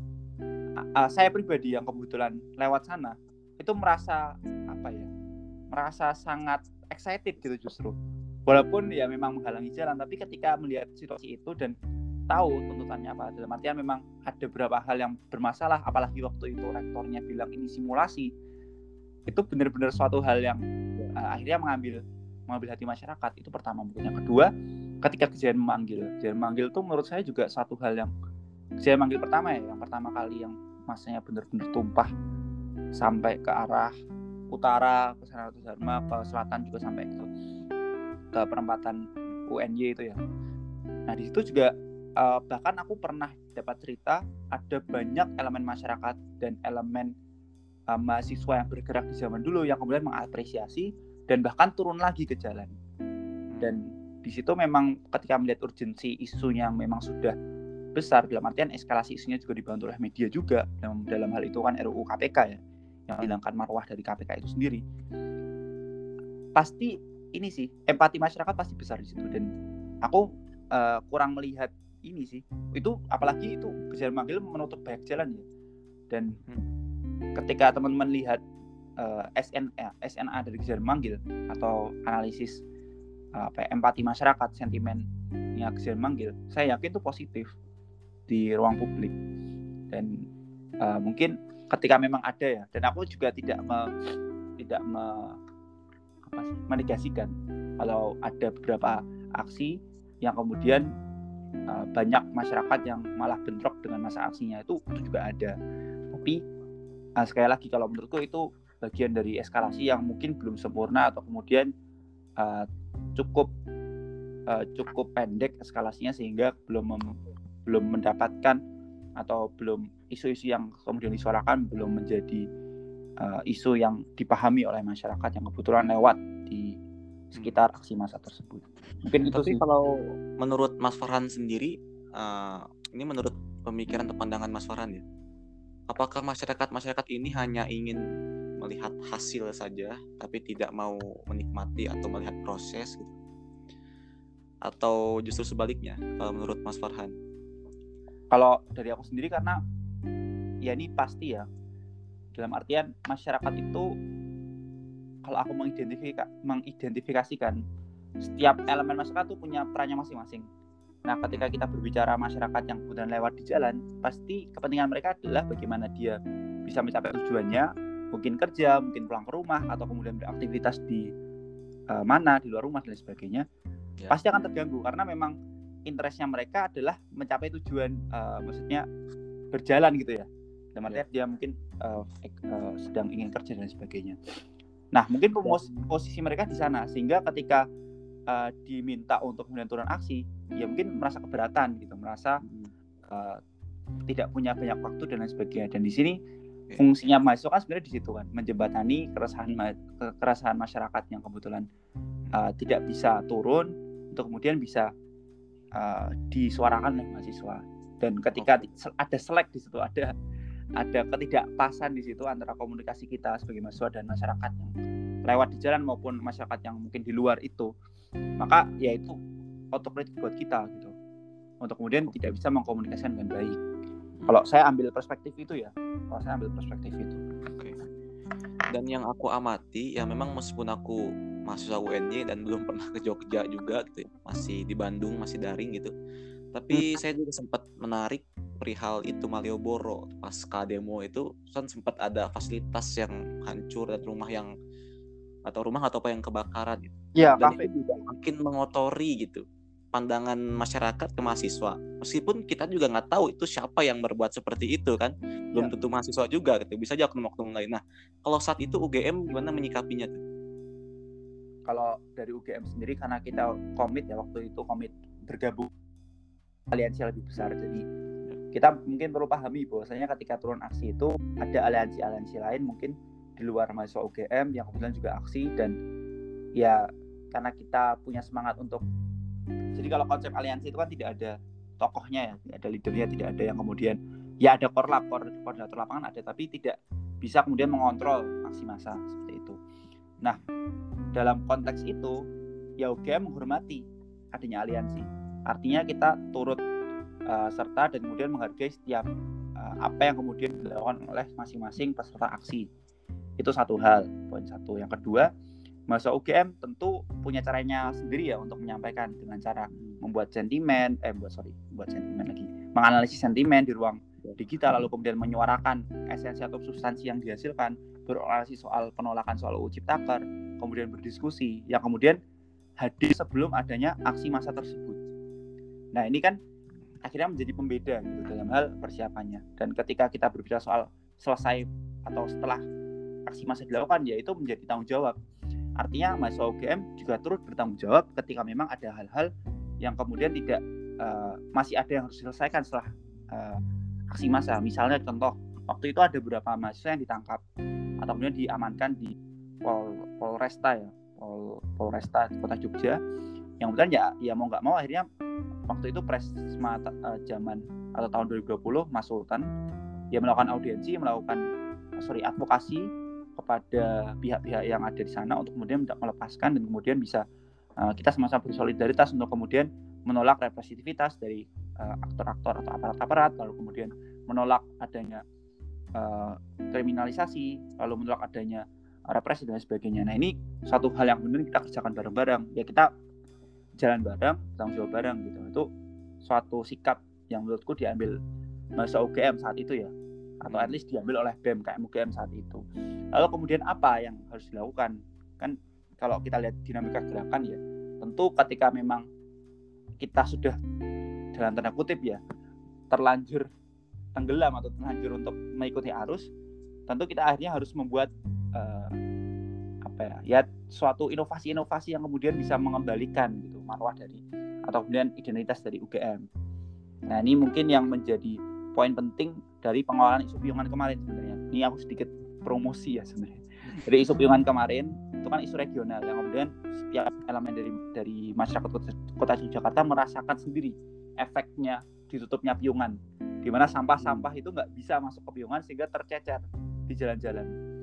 uh, saya pribadi yang kebetulan lewat sana itu merasa apa ya, merasa sangat excited gitu justru. Walaupun ya memang menghalangi jalan, tapi ketika melihat situasi itu dan tahu tuntutannya apa, dalam artian memang ada beberapa hal yang bermasalah, apalagi waktu itu rektornya bilang ini simulasi, itu benar-benar suatu hal yang uh, akhirnya mengambil mengambil hati masyarakat. Itu pertama. Mungkin yang kedua, ketika kejadian memanggil kejadian memanggil itu menurut saya juga satu hal yang kejadian memanggil pertama ya, yang pertama kali yang masanya benar-benar tumpah sampai ke arah utara, ke sana ke Dharma, ke selatan juga sampai ke ke perempatan U N Y itu ya. Nah di situ juga uh, bahkan aku pernah dapat cerita ada banyak elemen masyarakat dan elemen uh, mahasiswa yang bergerak di zaman dulu yang kemudian mengapresiasi dan bahkan turun lagi ke jalan. Dan di situ memang ketika melihat urgensi isunya yang memang sudah besar, dalam artian eskalasi isunya juga dibantu oleh media juga, dalam, dalam hal itu kan R U U K P K ya, yang menghilangkan marwah dari K P K itu sendiri. Pasti ini sih, empati masyarakat pasti besar di situ, dan aku uh, kurang melihat ini sih. Itu apalagi itu kejadian manggil menutup banyak jalan ya. Dan hmm. ketika teman-teman lihat uh, S N A S N A dari kejadian manggil atau analisis uh, apa, empati masyarakat, sentimennya kejadian manggil, saya yakin itu positif di ruang publik. Dan uh, mungkin ketika memang ada ya, dan aku juga tidak me, tidak me, apa sih, menegasikan kalau ada beberapa aksi yang kemudian uh, banyak masyarakat yang malah bentrok dengan masa aksinya, itu itu juga ada. Tapi uh, sekali lagi kalau menurutku itu bagian dari eskalasi yang mungkin belum sempurna atau kemudian uh, cukup uh, cukup pendek eskalasinya sehingga belum mem, belum mendapatkan atau belum isu-isu yang kemudian disuarakan belum menjadi uh, isu yang dipahami oleh masyarakat yang kebetulan lewat di sekitar aksi massa tersebut. Mungkin itu Tapi sih. kalau menurut Mas Farhan sendiri, uh, ini menurut pemikiran atau pandangan Mas Farhan ya, apakah masyarakat-masyarakat ini hanya ingin melihat hasil saja, tapi tidak mau menikmati atau melihat proses gitu? Atau justru sebaliknya, kalau menurut Mas Farhan? Kalau dari aku sendiri, karena ya ini pasti ya, dalam artian masyarakat itu, kalau aku mengidentifika, mengidentifikasikan setiap elemen masyarakat itu punya perannya masing-masing. Nah, ketika kita berbicara masyarakat yang kemudian lewat di jalan, pasti kepentingan mereka adalah bagaimana dia bisa mencapai tujuannya, mungkin kerja, mungkin pulang ke rumah, atau kemudian beraktivitas di uh, mana, di luar rumah dan sebagainya, ya. Pasti akan terganggu karena memang interestnya mereka adalah mencapai tujuan, uh, maksudnya berjalan gitu ya. Dalam artian dia mungkin uh, uh, sedang ingin kerja dan sebagainya. Nah, mungkin pos- posisi mereka di sana sehingga ketika uh, diminta untuk kemudian turun aksi, ya mungkin merasa keberatan gitu, merasa uh, tidak punya banyak waktu dan lain sebagainya. Dan di sini fungsinya mahasiswa kan sebenarnya di situ kan, menjembatani keresahan keresahan masyarakat yang kebetulan uh, tidak bisa turun untuk kemudian bisa uh, disuarakan oleh mahasiswa. Dan ketika okay. ada selek di situ, ada ada ketidakpasan di situ antara komunikasi kita sebagai mahasiswa dan masyarakat yang lewat di jalan maupun masyarakat yang mungkin di luar itu, maka ya itu otokritik buat kita gitu, untuk kemudian tidak bisa mengkomunikasikan dengan baik. Hmm. Kalau saya ambil perspektif itu ya, kalau saya ambil perspektif itu. Oke. Dan yang aku amati ya, memang meskipun aku mahasiswa U N Y dan belum pernah ke Jogja juga gitu, masih di Bandung, masih daring gitu. Tapi hmm. saya juga sempat menarik perihal itu Malioboro, pasca demo itu kan sempat ada fasilitas yang hancur dan rumah yang atau rumah atau apa yang kebakaran gitu. Ya, dan kafe itu juga makin mengotori gitu pandangan masyarakat ke mahasiswa. Meskipun kita juga nggak tahu itu siapa yang berbuat seperti itu kan, belum ya. Tentu mahasiswa juga gitu, bisa aja oknum-oknum lain. Nah, kalau saat itu U G M gimana menyikapinya tuh? Kalau dari U G M sendiri, karena kita komit ya waktu itu, komit bergabung aliansi yang lebih besar, jadi kita mungkin perlu pahami bahwasanya ketika turun aksi itu ada aliansi-aliansi lain mungkin di luar mahasiswa U G M yang kemudian juga aksi. Dan ya karena kita punya semangat untuk, jadi kalau konsep aliansi itu kan tidak ada tokohnya ya, tidak ada leadernya, tidak ada yang kemudian ya ada korlap, koordinator lapangan ada, tapi tidak bisa kemudian mengontrol aksi massa seperti itu. Nah, dalam konteks itu ya U G M menghormati adanya aliansi, artinya kita turut uh, serta dan kemudian menghargai setiap uh, apa yang kemudian dilakukan oleh masing-masing peserta aksi. Itu satu hal, poin satu. Yang kedua, mahasiswa U G M tentu punya caranya sendiri ya untuk menyampaikan, dengan cara membuat sentimen, eh membuat sorry, membuat sentimen lagi, menganalisis sentimen di ruang digital, lalu kemudian menyuarakan esensi atau substansi yang dihasilkan, berorasi soal penolakan soal U U Ciptaker, kemudian berdiskusi, yang kemudian hadir sebelum adanya aksi massa tersebut. Nah, ini kan akhirnya menjadi pembeda gitu dalam hal persiapannya. Dan ketika kita berbicara soal selesai atau setelah aksi massa dilakukan, ya itu menjadi tanggung jawab. Artinya mahasiswa U G M juga turut bertanggung jawab ketika memang ada hal-hal yang kemudian tidak uh, masih ada yang harus diselesaikan setelah uh, aksi massa. Misalnya contoh, waktu itu ada beberapa mahasiswa yang ditangkap atau kemudian diamankan di Pol Polresta ya, Pol Polresta Kota Jogja, yang kemudian ya ya mau nggak mau akhirnya waktu itu Presma uh, zaman atau tahun dua ribu dua puluh Mas Sultan ya melakukan audiensi, melakukan sorry advokasi kepada pihak-pihak yang ada di sana untuk kemudian melepaskan dan kemudian bisa uh, kita sama-sama bersolidaritas untuk kemudian menolak represitivitas dari uh, aktor-aktor atau aparat-aparat, lalu kemudian menolak adanya uh, kriminalisasi, lalu menolak adanya represi dan sebagainya. Nah, ini satu hal yang benar kita kerjakan bareng-bareng. Ya kita jalan bareng, tanggung jawab bareng gitu. Itu suatu sikap yang menurutku diambil mahasiswa U G M saat itu ya. atau at least diambil oleh B E M K M U G M saat itu. Lalu kemudian apa yang harus dilakukan? Kan kalau kita lihat dinamika gerakan ya, tentu ketika memang kita sudah dalam tanda kutip ya terlanjur tenggelam atau terlanjur untuk mengikuti arus, tentu kita akhirnya harus membuat uh, apa ya, ya suatu inovasi-inovasi yang kemudian bisa mengembalikan gitu marwah dari atau kemudian identitas dari U G M. Nah ini mungkin yang menjadi poin penting dari pengelolaan isu piungan kemarin sebenarnya. Ini aku sedikit promosi ya sebenarnya. Jadi isu piungan kemarin itu kan isu regional yang kemudian setiap elemen dari dari masyarakat kota, kota Yogyakarta merasakan sendiri efeknya ditutupnya piungan, di mana sampah-sampah itu nggak bisa masuk ke piungan sehingga tercecer di jalan-jalan.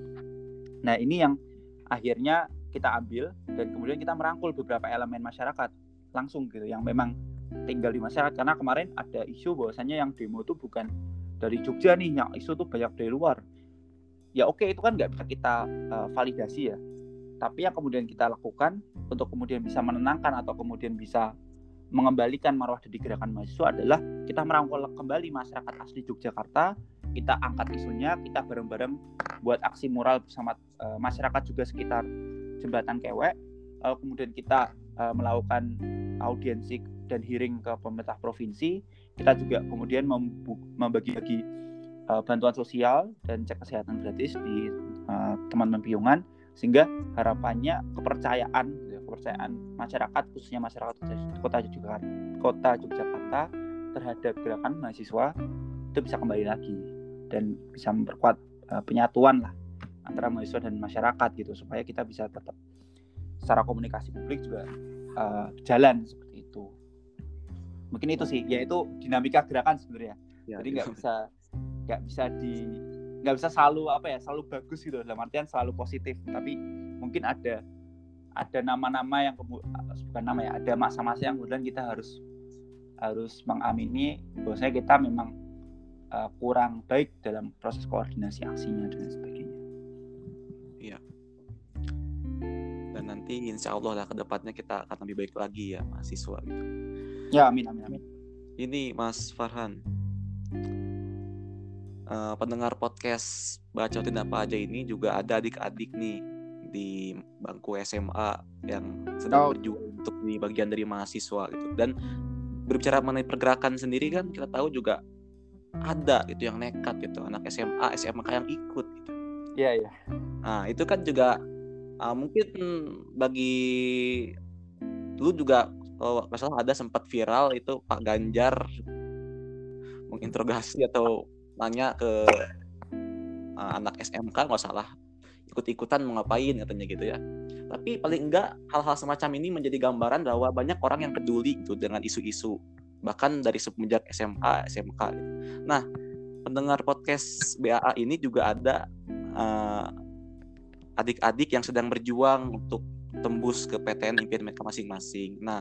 Nah ini yang akhirnya kita ambil dan kemudian kita merangkul beberapa elemen masyarakat langsung gitu yang memang tinggal di masyarakat, karena kemarin ada isu bahwasannya yang demo itu bukan dari Jogja nih, yang isu tuh banyak dari luar. Ya oke, itu kan nggak bisa kita uh, validasi ya, tapi yang kemudian kita lakukan untuk kemudian bisa menenangkan atau kemudian bisa mengembalikan marwah dari gerakan mahasiswa adalah kita merangkul kembali masyarakat asli Yogyakarta, kita angkat isunya, kita bareng-bareng buat aksi moral bersama uh, masyarakat juga sekitar Jembatan Kewek, lalu kemudian kita uh, melakukan audiensi dan hearing ke pemerintah provinsi. Kita juga kemudian membagi-bagi uh, bantuan sosial dan cek kesehatan gratis di uh, teman-teman piungan, sehingga harapannya kepercayaan ya, kepercayaan masyarakat khususnya masyarakat kota Yogyakarta, kota Yogyakarta terhadap gerakan mahasiswa itu bisa kembali lagi dan bisa memperkuat uh, penyatuan lah antara mahasiswa dan masyarakat gitu, supaya kita bisa tetap secara komunikasi publik juga uh, jalan seperti itu. Mungkin itu sih, yaitu dinamika gerakan sebenarnya. Ya, jadi nggak bisa nggak bisa di nggak bisa selalu apa ya selalu bagus gitu dalam artian selalu positif, tapi mungkin ada ada nama-nama yang bukan nama ya ada masa-masa yang kemudian kita harus harus mengamini bahwasanya kita memang uh, kurang baik dalam proses koordinasi aksinya dan sebagainya. Iya. Dan nanti insya Allah lah kedepannya kita akan lebih baik lagi ya mahasiswa gitu. Ya amin amin amin. Ini Mas Farhan, uh, pendengar podcast Bacotin Apa Aja ini juga ada adik-adik nih di bangku S M A yang sedang oh. berjuang untuk di bagian dari mahasiswa gitu. Dan berbicara mengenai pergerakan sendiri kan kita tahu juga ada gitu yang nekat gitu, anak S M A, S M K yang ikut gitu. Iya iya. Nah itu kan juga uh, mungkin bagi dulu juga kalau nggak salah ada sempat viral itu Pak Ganjar menginterogasi atau nanya ke uh, anak S M K nggak salah ikut-ikutan mau ngapain katanya gitu ya. Tapi paling enggak hal-hal semacam ini menjadi gambaran bahwa banyak orang yang peduli gitu dengan isu-isu bahkan dari semenjak S M A, S M K gitu. Nah pendengar podcast B A A ini juga ada uh, adik-adik yang sedang berjuang untuk tembus ke P T N impian mereka masing-masing. Nah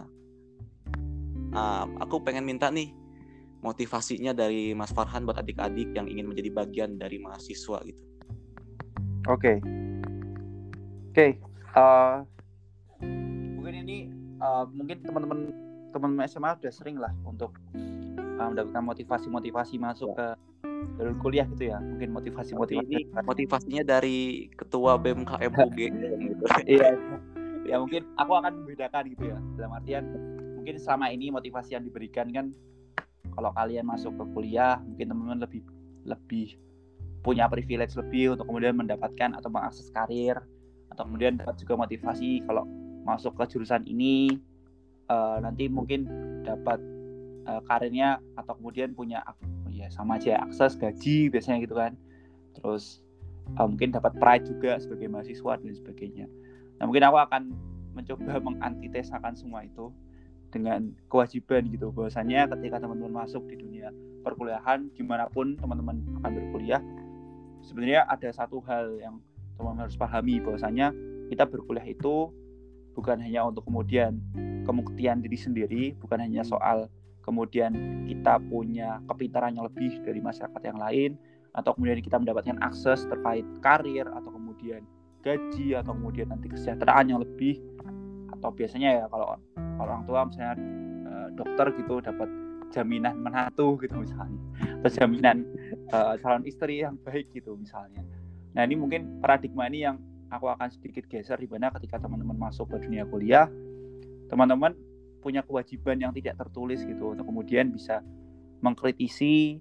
uh, aku pengen minta nih motivasinya dari Mas Farhan buat adik-adik yang ingin menjadi bagian dari mahasiswa gitu. Oke, okay. oke. Okay. Uh, mungkin ini uh, mungkin teman-teman teman-teman S M A udah sering lah untuk uh, mendapatkan motivasi-motivasi masuk ke jalur kuliah gitu ya. Mungkin motivasi-motivasi. Ini motivasinya dari ketua B E M K M U G M gitu. Iya. Ya mungkin aku akan membedakan gitu ya. Dalam artian mungkin selama ini motivasi yang diberikan kan kalau kalian masuk ke kuliah mungkin teman-teman lebih lebih punya privilege lebih untuk kemudian mendapatkan atau mengakses karir, atau kemudian dapat juga motivasi kalau masuk ke jurusan ini uh, nanti mungkin dapat uh, karirnya atau kemudian punya ya sama aja akses gaji biasanya gitu kan, terus uh, mungkin dapat pride juga sebagai mahasiswa dan sebagainya. Nah mungkin aku akan mencoba mengantitesakan semua itu dengan kewajiban gitu, bahwasanya ketika teman-teman masuk di dunia perkuliahan dimanapun teman-teman akan berkuliah, sebenarnya ada satu hal yang teman-teman harus pahami, bahwasanya kita berkuliah itu bukan hanya untuk kemudian kemuktian diri sendiri, bukan hanya soal kemudian kita punya kepintaran yang lebih dari masyarakat yang lain, atau kemudian kita mendapatkan akses terkait karir, atau kemudian gaji, atau kemudian nanti kesejahteraan yang lebih, atau biasanya ya kalau orang tua misalnya dokter gitu dapat jaminan menantu gitu misalnya, atau jaminan uh, calon istri yang baik gitu misalnya. Nah ini mungkin paradigma ini yang aku akan sedikit geser, di mana ketika teman-teman masuk ke dunia kuliah, teman-teman punya kewajiban yang tidak tertulis gitu untuk kemudian bisa mengkritisi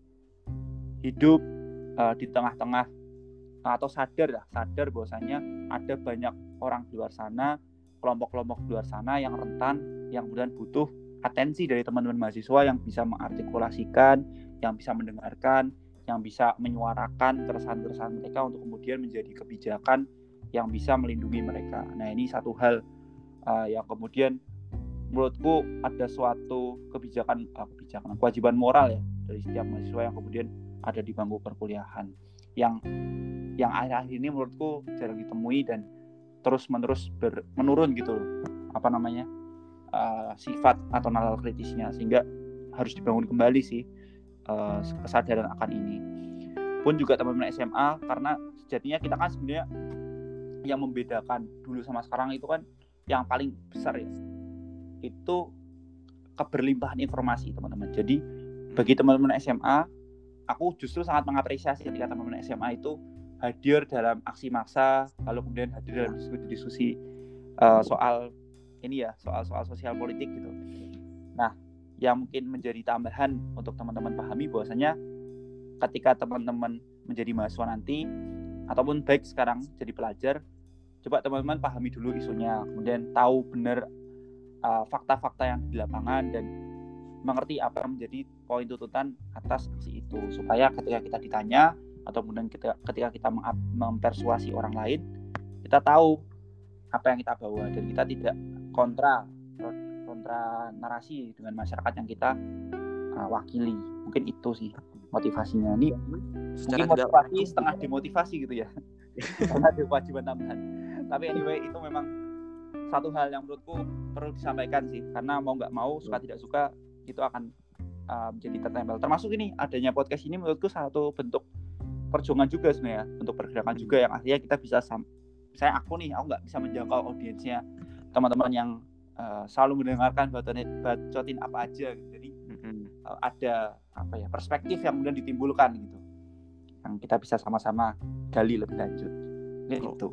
hidup uh, di tengah-tengah, atau sadar lah, sadar bahwasanya ada banyak orang di luar sana, kelompok-kelompok di luar sana yang rentan, yang kemudian butuh atensi dari teman-teman mahasiswa yang bisa mengartikulasikan, yang bisa mendengarkan, yang bisa menyuarakan keresahan-keresahan mereka untuk kemudian menjadi kebijakan yang bisa melindungi mereka. Nah ini satu hal uh, yang kemudian menurutku ada suatu kebijakan, uh, kebijakan kewajiban moral ya dari setiap mahasiswa yang kemudian ada di bangku perkuliahan, yang yang akhir-akhir ini menurutku jarang ditemui dan terus-menerus ber, menurun gitu loh, apa namanya uh, sifat atau nalar kritisnya, sehingga harus dibangun kembali sih uh, kesadaran akan ini. Pun juga teman-teman S M A, karena sejatinya kita kan sebenarnya yang membedakan dulu sama sekarang itu kan yang paling besar ya, itu keberlimpahan informasi teman-teman. Jadi bagi teman-teman S M A, aku justru sangat mengapresiasi ketika teman-teman S M A itu hadir dalam aksi massa, lalu kemudian hadir dalam diskusi-diskusi uh, soal ini ya, soal-soal sosial politik gitu. Nah, yang mungkin menjadi tambahan untuk teman-teman pahami bahwasanya ketika teman-teman menjadi mahasiswa nanti, ataupun baik sekarang jadi pelajar, coba teman-teman pahami dulu isunya, kemudian tahu benar uh, fakta-fakta yang di lapangan dan mengerti apa yang menjadi poin tuntutan atas aksi itu, supaya ketika kita ditanya atau kemudian kita, ketika kita mempersuasi orang lain, kita tahu apa yang kita bawa dan kita tidak kontra kontra narasi dengan masyarakat yang kita uh, wakili. Mungkin itu sih motivasinya. Nih mungkin motivasi tidak... setengah demotivasi gitu ya karena ada kewajiban tambahan. Tapi anyway, itu memang satu hal yang menurutku perlu disampaikan sih, karena mau nggak mau, suka tidak suka, itu akan uh, menjadi tertempel. Termasuk ini, adanya podcast ini menurutku satu bentuk perjuangan juga sebenarnya, untuk pergerakan juga yang akhirnya kita bisa sam- misalnya aku nih, aku nggak bisa menjangkau audiensnya teman-teman yang uh, selalu mendengarkan bacotin, bacotin apa aja gitu. Jadi mm-hmm. uh, ada apa ya, perspektif yang kemudian ditimbulkan gitu, yang kita bisa sama-sama gali lebih lanjut. Gitu.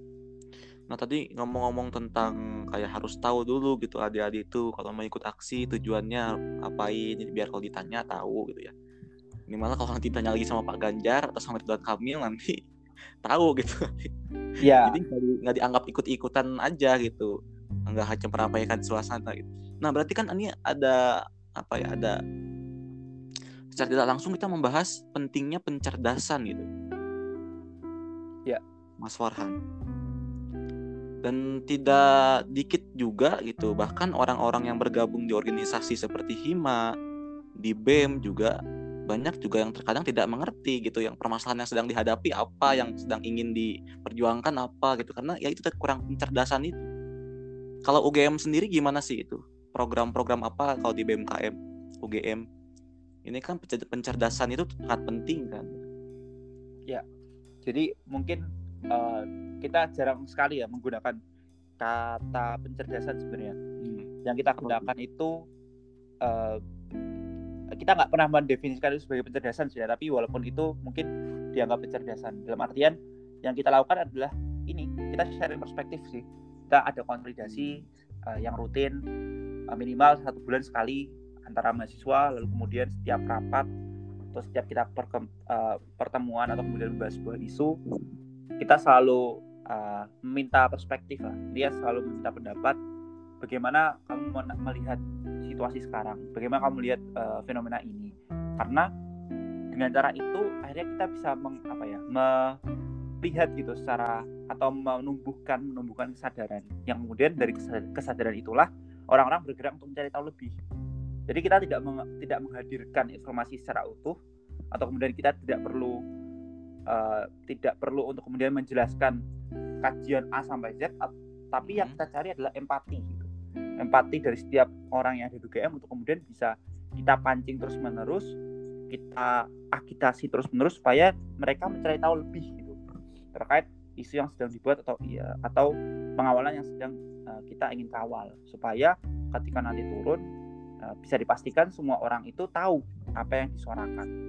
Nah tadi ngomong-ngomong tentang kayak harus tahu dulu gitu adik-adik itu kalau mau ikut aksi tujuannya apain, biar kalau ditanya tahu gitu ya. Ini malah kalau nanti ditanya lagi sama Pak Ganjar atau sama Ridwan Kamil nanti tahu gitu. Ya. Jadi nggak dianggap ikut-ikutan aja gitu, nggak hanya meramaikan suasana gitu. Nah berarti kan ini ada apa ya, ada secara tidak langsung kita membahas pentingnya pencerdasan gitu. Ya, Mas Farhan. Dan tidak dikit juga gitu, bahkan orang-orang yang bergabung di organisasi seperti Hima, di B E M juga banyak juga yang terkadang tidak mengerti gitu, yang permasalahan yang sedang dihadapi apa, yang sedang ingin diperjuangkan apa gitu, karena ya itu kurang pencerdasan itu. Kalau U G M sendiri gimana sih itu? Program-program apa kalau di B M K M, U G M? Ini kan pencerdasan itu sangat penting kan? Ya, jadi mungkin uh, kita jarang sekali ya menggunakan kata pencerdasan sebenarnya. Hmm. Yang kita gunakan itu uh, kita nggak pernah mendefinisikan itu sebagai pencerdasan sudah, tapi walaupun itu mungkin dianggap pencerdasan, dalam artian yang kita lakukan adalah ini, kita sharing perspektif sih. Kita ada konsolidasi uh, yang rutin, uh, minimal satu bulan sekali antara mahasiswa, lalu kemudian setiap rapat atau setiap kita perke- uh, pertemuan atau kemudian membahas sebuah isu, kita selalu uh, meminta perspektif lah. Dia selalu meminta pendapat, bagaimana kamu melihat situasi sekarang, bagaimana kamu melihat uh, fenomena ini, karena dengan cara itu akhirnya kita bisa meng, apa ya, melihat gitu secara, atau menumbuhkan menumbuhkan kesadaran, yang kemudian dari kesadaran itulah orang-orang bergerak untuk mencari tahu lebih. Jadi kita tidak meng, tidak menghadirkan informasi secara utuh, atau kemudian kita tidak perlu uh, tidak perlu untuk kemudian menjelaskan kajian A sampai Z, tapi yang kita cari adalah empati gitu. Empati dari setiap orang yang ada di U G M untuk kemudian bisa kita pancing terus-menerus, kita agitasi terus-menerus supaya mereka mencari tahu lebih gitu terkait isu yang sedang dibuat atau iya atau pengawalan yang sedang uh, kita ingin kawal, supaya ketika nanti turun uh, bisa dipastikan semua orang itu tahu apa yang disuarakan.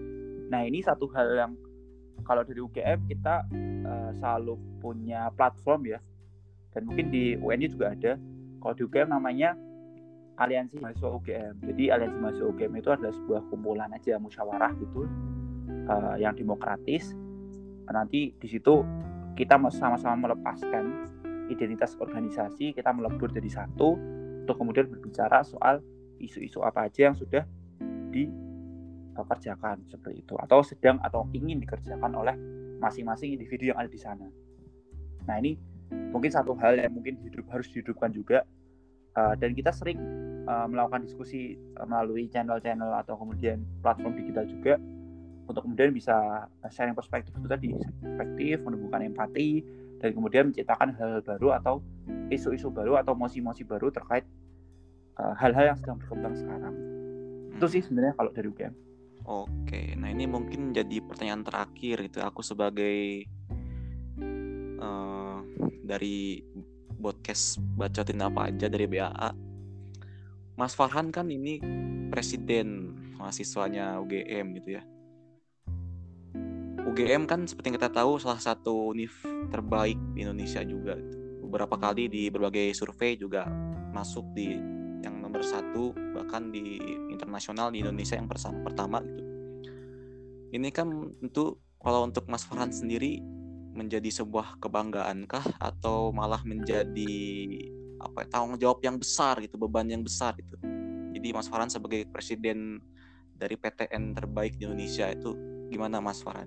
Nah ini satu hal yang kalau dari U G M kita uh, selalu punya platform ya, dan mungkin di U N I juga ada. Kalau di U G M namanya Aliansi Mahasiswa U G M. Jadi Aliansi Mahasiswa U G M itu adalah sebuah kumpulan aja musyawarah gitu, uh, yang demokratis. Nanti di situ kita sama-sama melepaskan identitas organisasi, kita melebur jadi satu untuk kemudian berbicara soal isu-isu apa aja yang sudah dikerjakan seperti itu, atau sedang atau ingin dikerjakan oleh masing-masing individu yang ada di sana. Nah ini mungkin satu hal yang mungkin hidup harus dihidupkan juga, uh, dan kita sering uh, melakukan diskusi uh, melalui channel-channel atau kemudian platform digital juga untuk kemudian bisa sharing perspektif itu tadi, perspektif, menumbuhkan empati, dan kemudian menciptakan hal-hal baru atau isu-isu baru atau mosi-mosi baru terkait uh, hal-hal yang sedang berkembang sekarang. Hmm. Itu sih sebenarnya kalau dari U G M. Oke, nah ini mungkin jadi pertanyaan terakhir itu aku sebagai uh, dari podcast Bacotin Apa Aja dari B A A. Mas Farhan kan ini presiden mahasiswanya U G M gitu ya. U G M kan seperti yang kita tahu salah satu univ terbaik di Indonesia juga gitu. Beberapa kali di berbagai survei juga masuk di yang nomor satu, bahkan di internasional di Indonesia yang pertama gitu. Ini kan tentu kalau untuk Mas Farhan sendiri menjadi sebuah kebanggaan-kah atau malah menjadi apa tanggung jawab yang besar gitu, beban yang besar gitu. Jadi Mas Farhan sebagai presiden dari P T N terbaik di Indonesia itu gimana Mas Farhan?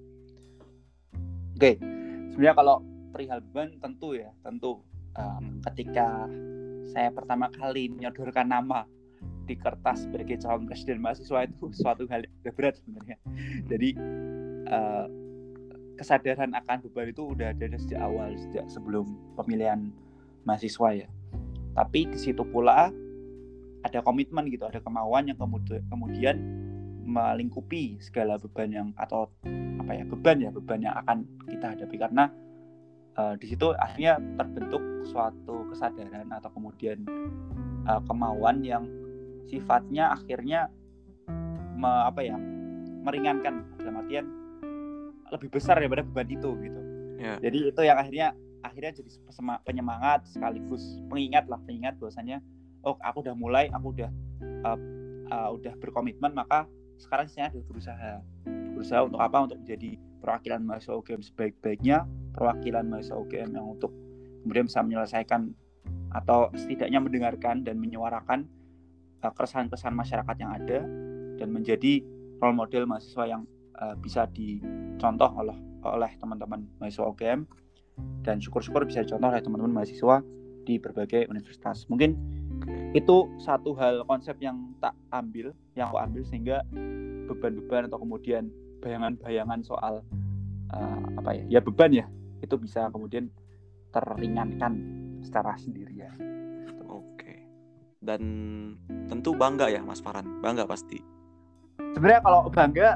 Oke, sebenarnya kalau perihal beban tentu ya, tentu um, ketika saya pertama kali menyodorkan nama di kertas sebagai calon presiden mahasiswa itu suatu hal yang berat sebenarnya. Jadi uh, kesadaran akan beban itu udah ada sejak awal, sejak sebelum pemilihan mahasiswa ya. Tapi di situ pula ada komitmen gitu, ada kemauan yang kemudian, kemudian melingkupi segala beban yang atau apa ya beban ya beban yang akan kita hadapi, karena uh, di situ akhirnya terbentuk suatu kesadaran atau kemudian uh, kemauan yang sifatnya akhirnya me, apa ya meringankan, dalam artian lebih besar daripada beban itu gitu. Yeah. Jadi itu yang akhirnya akhirnya jadi penyemangat sekaligus pengingat lah pengingat bahwasanya oh aku udah mulai, aku udah uh, uh, udah berkomitmen, maka sekarang saya harus berusaha berusaha untuk apa, untuk menjadi perwakilan mahasiswa U G M sebaik-baiknya, perwakilan mahasiswa U G M yang untuk kemudian bisa menyelesaikan atau setidaknya mendengarkan dan menyuarakan uh, keresahan-keresahan masyarakat yang ada, dan menjadi role model mahasiswa yang uh, bisa dicontoh oleh oleh teman-teman mahasiswa U G M, dan syukur-syukur bisa dicontoh oleh teman-teman mahasiswa di berbagai universitas. Mungkin itu satu hal konsep yang tak ambil, yang aku ambil, sehingga beban-beban atau kemudian bayangan-bayangan soal uh, apa ya, ya beban ya, itu bisa kemudian teringankan secara sendirian. Oke. Dan tentu bangga ya Mas Farhan, bangga pasti. Sebenarnya kalau bangga,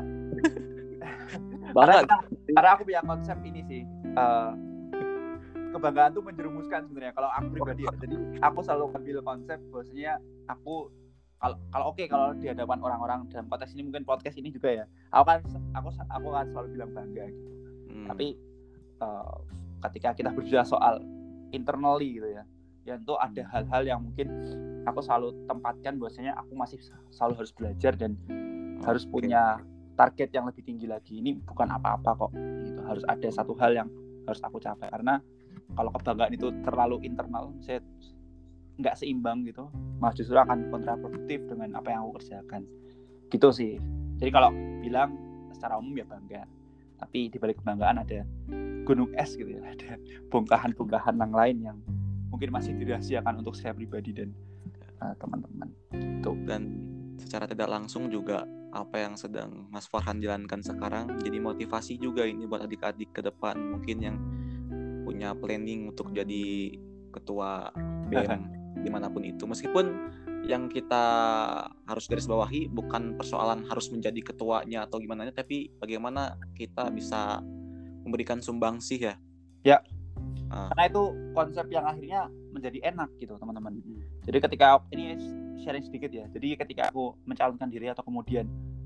bangga. Karena, karena aku punya konsep ini sih. Uh, kebanggaan tuh menjerumuskan sebenarnya kalau aku pribadi ya. Jadi aku selalu ambil konsep bahwasanya aku kalau kalau oke okay, kalau di hadapan orang-orang dalam konteks ini, mungkin podcast ini juga ya, aku kan aku aku kan selalu bilang bangga gitu. Hmm. Tapi uh, ketika kita berbicara soal internally gitu ya, ya tentu ada hal-hal yang mungkin aku selalu tempatkan bahwasanya aku masih selalu harus belajar dan okay. harus punya target yang lebih tinggi lagi. Ini bukan apa-apa kok gitu. Harus ada satu hal yang harus aku capai, karena kalau kebanggaan itu terlalu internal, saya nggak seimbang gitu, malah justru akan kontraproduktif dengan apa yang aku kerjakan gitu sih. Jadi kalau bilang secara umum ya bangga, tapi di balik kebanggaan ada gunung es gitu ya, ada bongkahan-bongkahan yang lain yang mungkin masih dirahasiakan untuk saya pribadi dan uh, teman-teman gitu. Dan secara tidak langsung juga apa yang sedang Mas Farhan jalankan sekarang jadi motivasi juga ini buat adik-adik ke depan mungkin yang punya planning untuk jadi ketua B E M dimanapun itu. Meskipun yang kita harus garis bawahi bukan persoalan harus menjadi ketuanya atau gimana, tapi bagaimana kita bisa memberikan sumbangsih ya. Ya. Uh. Karena itu konsep yang akhirnya menjadi enak gitu teman-teman. Jadi ketika ini sharing sedikit ya. Jadi ketika aku mencalonkan diri atau kemudian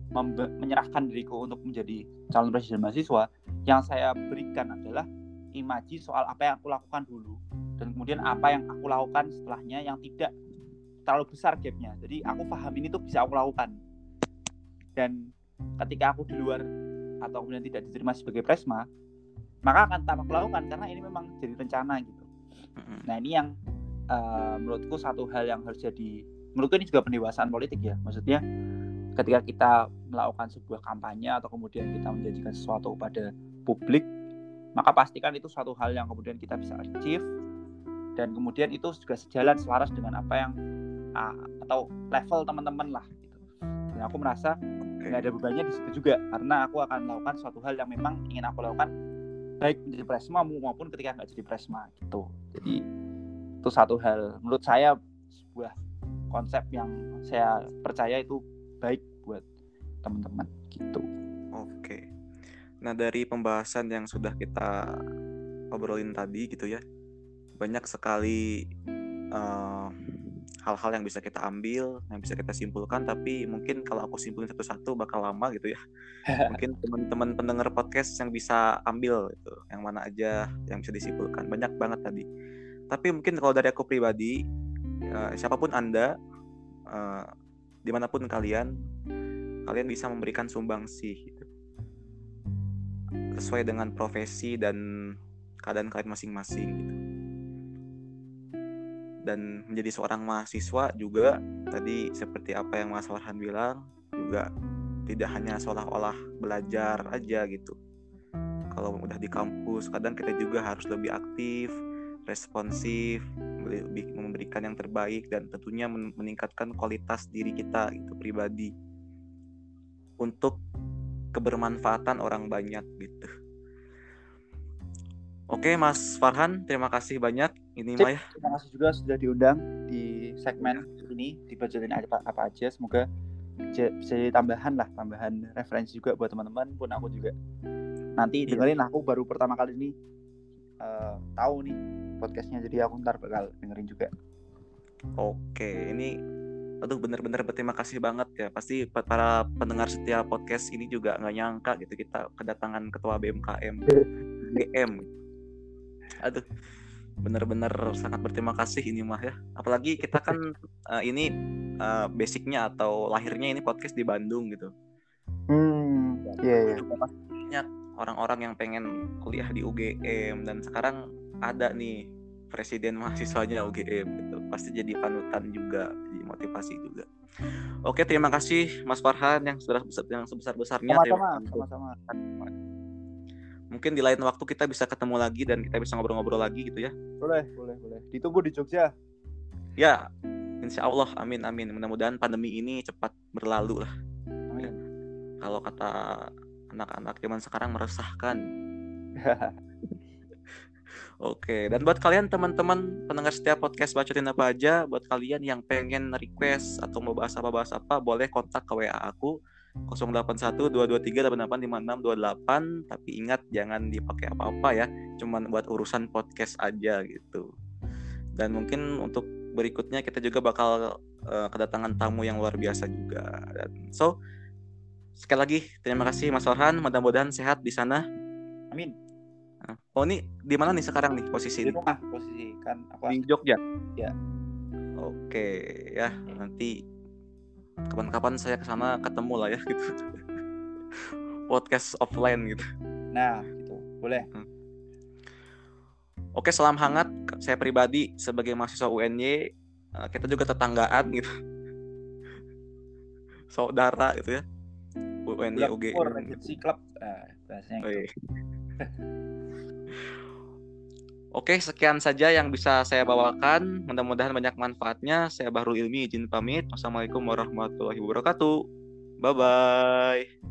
membe- menyerahkan diriku untuk menjadi calon presiden mahasiswa, yang saya berikan adalah imaji soal apa yang aku lakukan dulu dan kemudian apa yang aku lakukan setelahnya yang tidak terlalu besar gapnya. Jadi aku paham ini tuh bisa aku lakukan. Dan ketika aku di luar atau kemudian tidak diterima sebagai presma, maka akan tetap aku lakukan karena ini memang jadi rencana gitu. Nah ini yang uh, menurutku satu hal yang harus jadi, menurutku ini juga pendewasaan politik ya. Maksudnya ketika kita melakukan sebuah kampanye atau kemudian kita menjanjikan sesuatu kepada publik, maka pastikan itu suatu hal yang kemudian kita bisa achieve dan kemudian itu juga sejalan selaras dengan apa yang uh, atau level teman-teman lah gitu. Dan aku merasa nggak ada bebannya di situ juga karena aku akan melakukan suatu hal yang memang ingin aku lakukan baik menjadi presma maupun ketika nggak jadi presma gitu. Jadi itu satu hal menurut saya sebuah konsep yang saya percaya itu baik buat teman-teman gitu. Oke. Nah dari pembahasan yang sudah kita obrolin tadi gitu ya, banyak sekali uh, hal-hal yang bisa kita ambil, yang bisa kita simpulkan, tapi mungkin kalau aku simpulin satu-satu bakal lama gitu ya. Mungkin teman-teman pendengar podcast yang bisa ambil itu, yang mana aja yang bisa disimpulkan. Banyak banget tadi. Tapi mungkin kalau dari aku pribadi, uh, siapapun Anda, uh, dimanapun kalian, kalian bisa memberikan sumbangsih gitu. Sesuai dengan profesi dan keadaan kalian masing-masing gitu. Dan menjadi seorang mahasiswa juga tadi seperti apa yang Mas Farhan bilang juga tidak hanya seolah-olah belajar aja gitu. Kalau udah di kampus kadang kita juga harus lebih aktif, responsif, lebih memberikan yang terbaik dan tentunya meningkatkan kualitas diri kita gitu pribadi untuk kebermanfaatan orang banyak gitu. Oke Mas Farhan, terima kasih banyak. Ini Cip, Maya. terima kasih juga sudah diundang di segmen ya. Ini dibacotin apa, apa aja. Semoga bisa jadi tambahan lah, tambahan referensi juga buat teman-teman pun aku juga nanti ya. Dengerin aku baru pertama kali ini uh, tahu nih podcastnya, jadi aku ntar bakal dengerin juga. Oke, ini aduh benar-benar berterima kasih banget ya. Pasti para pendengar setiap podcast ini juga nggak nyangka gitu kita kedatangan ketua B M K M B M. Aduh, benar-benar sangat berterima kasih ini mah ya. Apalagi kita kan uh, ini uh, basicnya atau lahirnya ini podcast di Bandung gitu. Hmm, iya. Yeah, yeah. Banyak orang-orang yang pengen kuliah di U G M dan sekarang ada nih presiden mahasiswanya U G M gitu. Pasti jadi panutan juga, jadi motivasi juga. Oke, terima kasih Mas Farhan yang sudah yang sebesar-besarnya. Sama-sama, sama-sama. Mungkin di lain waktu kita bisa ketemu lagi dan kita bisa ngobrol-ngobrol lagi gitu ya. Boleh, boleh, boleh. Ditunggu di Jogja. Ya, insya Allah, amin, amin. Mudah-mudahan pandemi ini cepat berlalu lah. Amin. Kalau kata anak-anak zaman sekarang meresahkan. Oke, dan buat kalian teman-teman pendengar setiap podcast Bacotin Apa Aja, buat kalian yang pengen request atau mau bahas apa-bahas apa, boleh kontak ke W A aku nol delapan satu dua dua tiga delapan delapan lima enam dua delapan. Tapi ingat jangan dipakai apa-apa ya, cuman buat urusan podcast aja gitu. Dan mungkin untuk berikutnya kita juga bakal uh, kedatangan tamu yang luar biasa juga. Dan so sekali lagi terima kasih Mas Farhan, mudah-mudahan sehat di sana. Amin. Oh ini di mana nih sekarang nih posisi di rumah ini? Posisi kan aku di Jogja. Ya. Oke ya, nanti kapan-kapan saya kesana ketemu lah ya gitu. Podcast offline gitu. Nah, gitu. Boleh. Hmm. Oke, salam hangat. Saya pribadi sebagai mahasiswa U N Y, kita juga tetanggaan gitu. Saudara gitu ya. U N Y U G M. Regency Club. Nah, bahasanya gitu. Oke, sekian saja yang bisa saya bawakan. Mudah-mudahan banyak manfaatnya. Saya Bahrul Ilmi izin pamit. Wassalamualaikum warahmatullahi wabarakatuh. Bye-bye.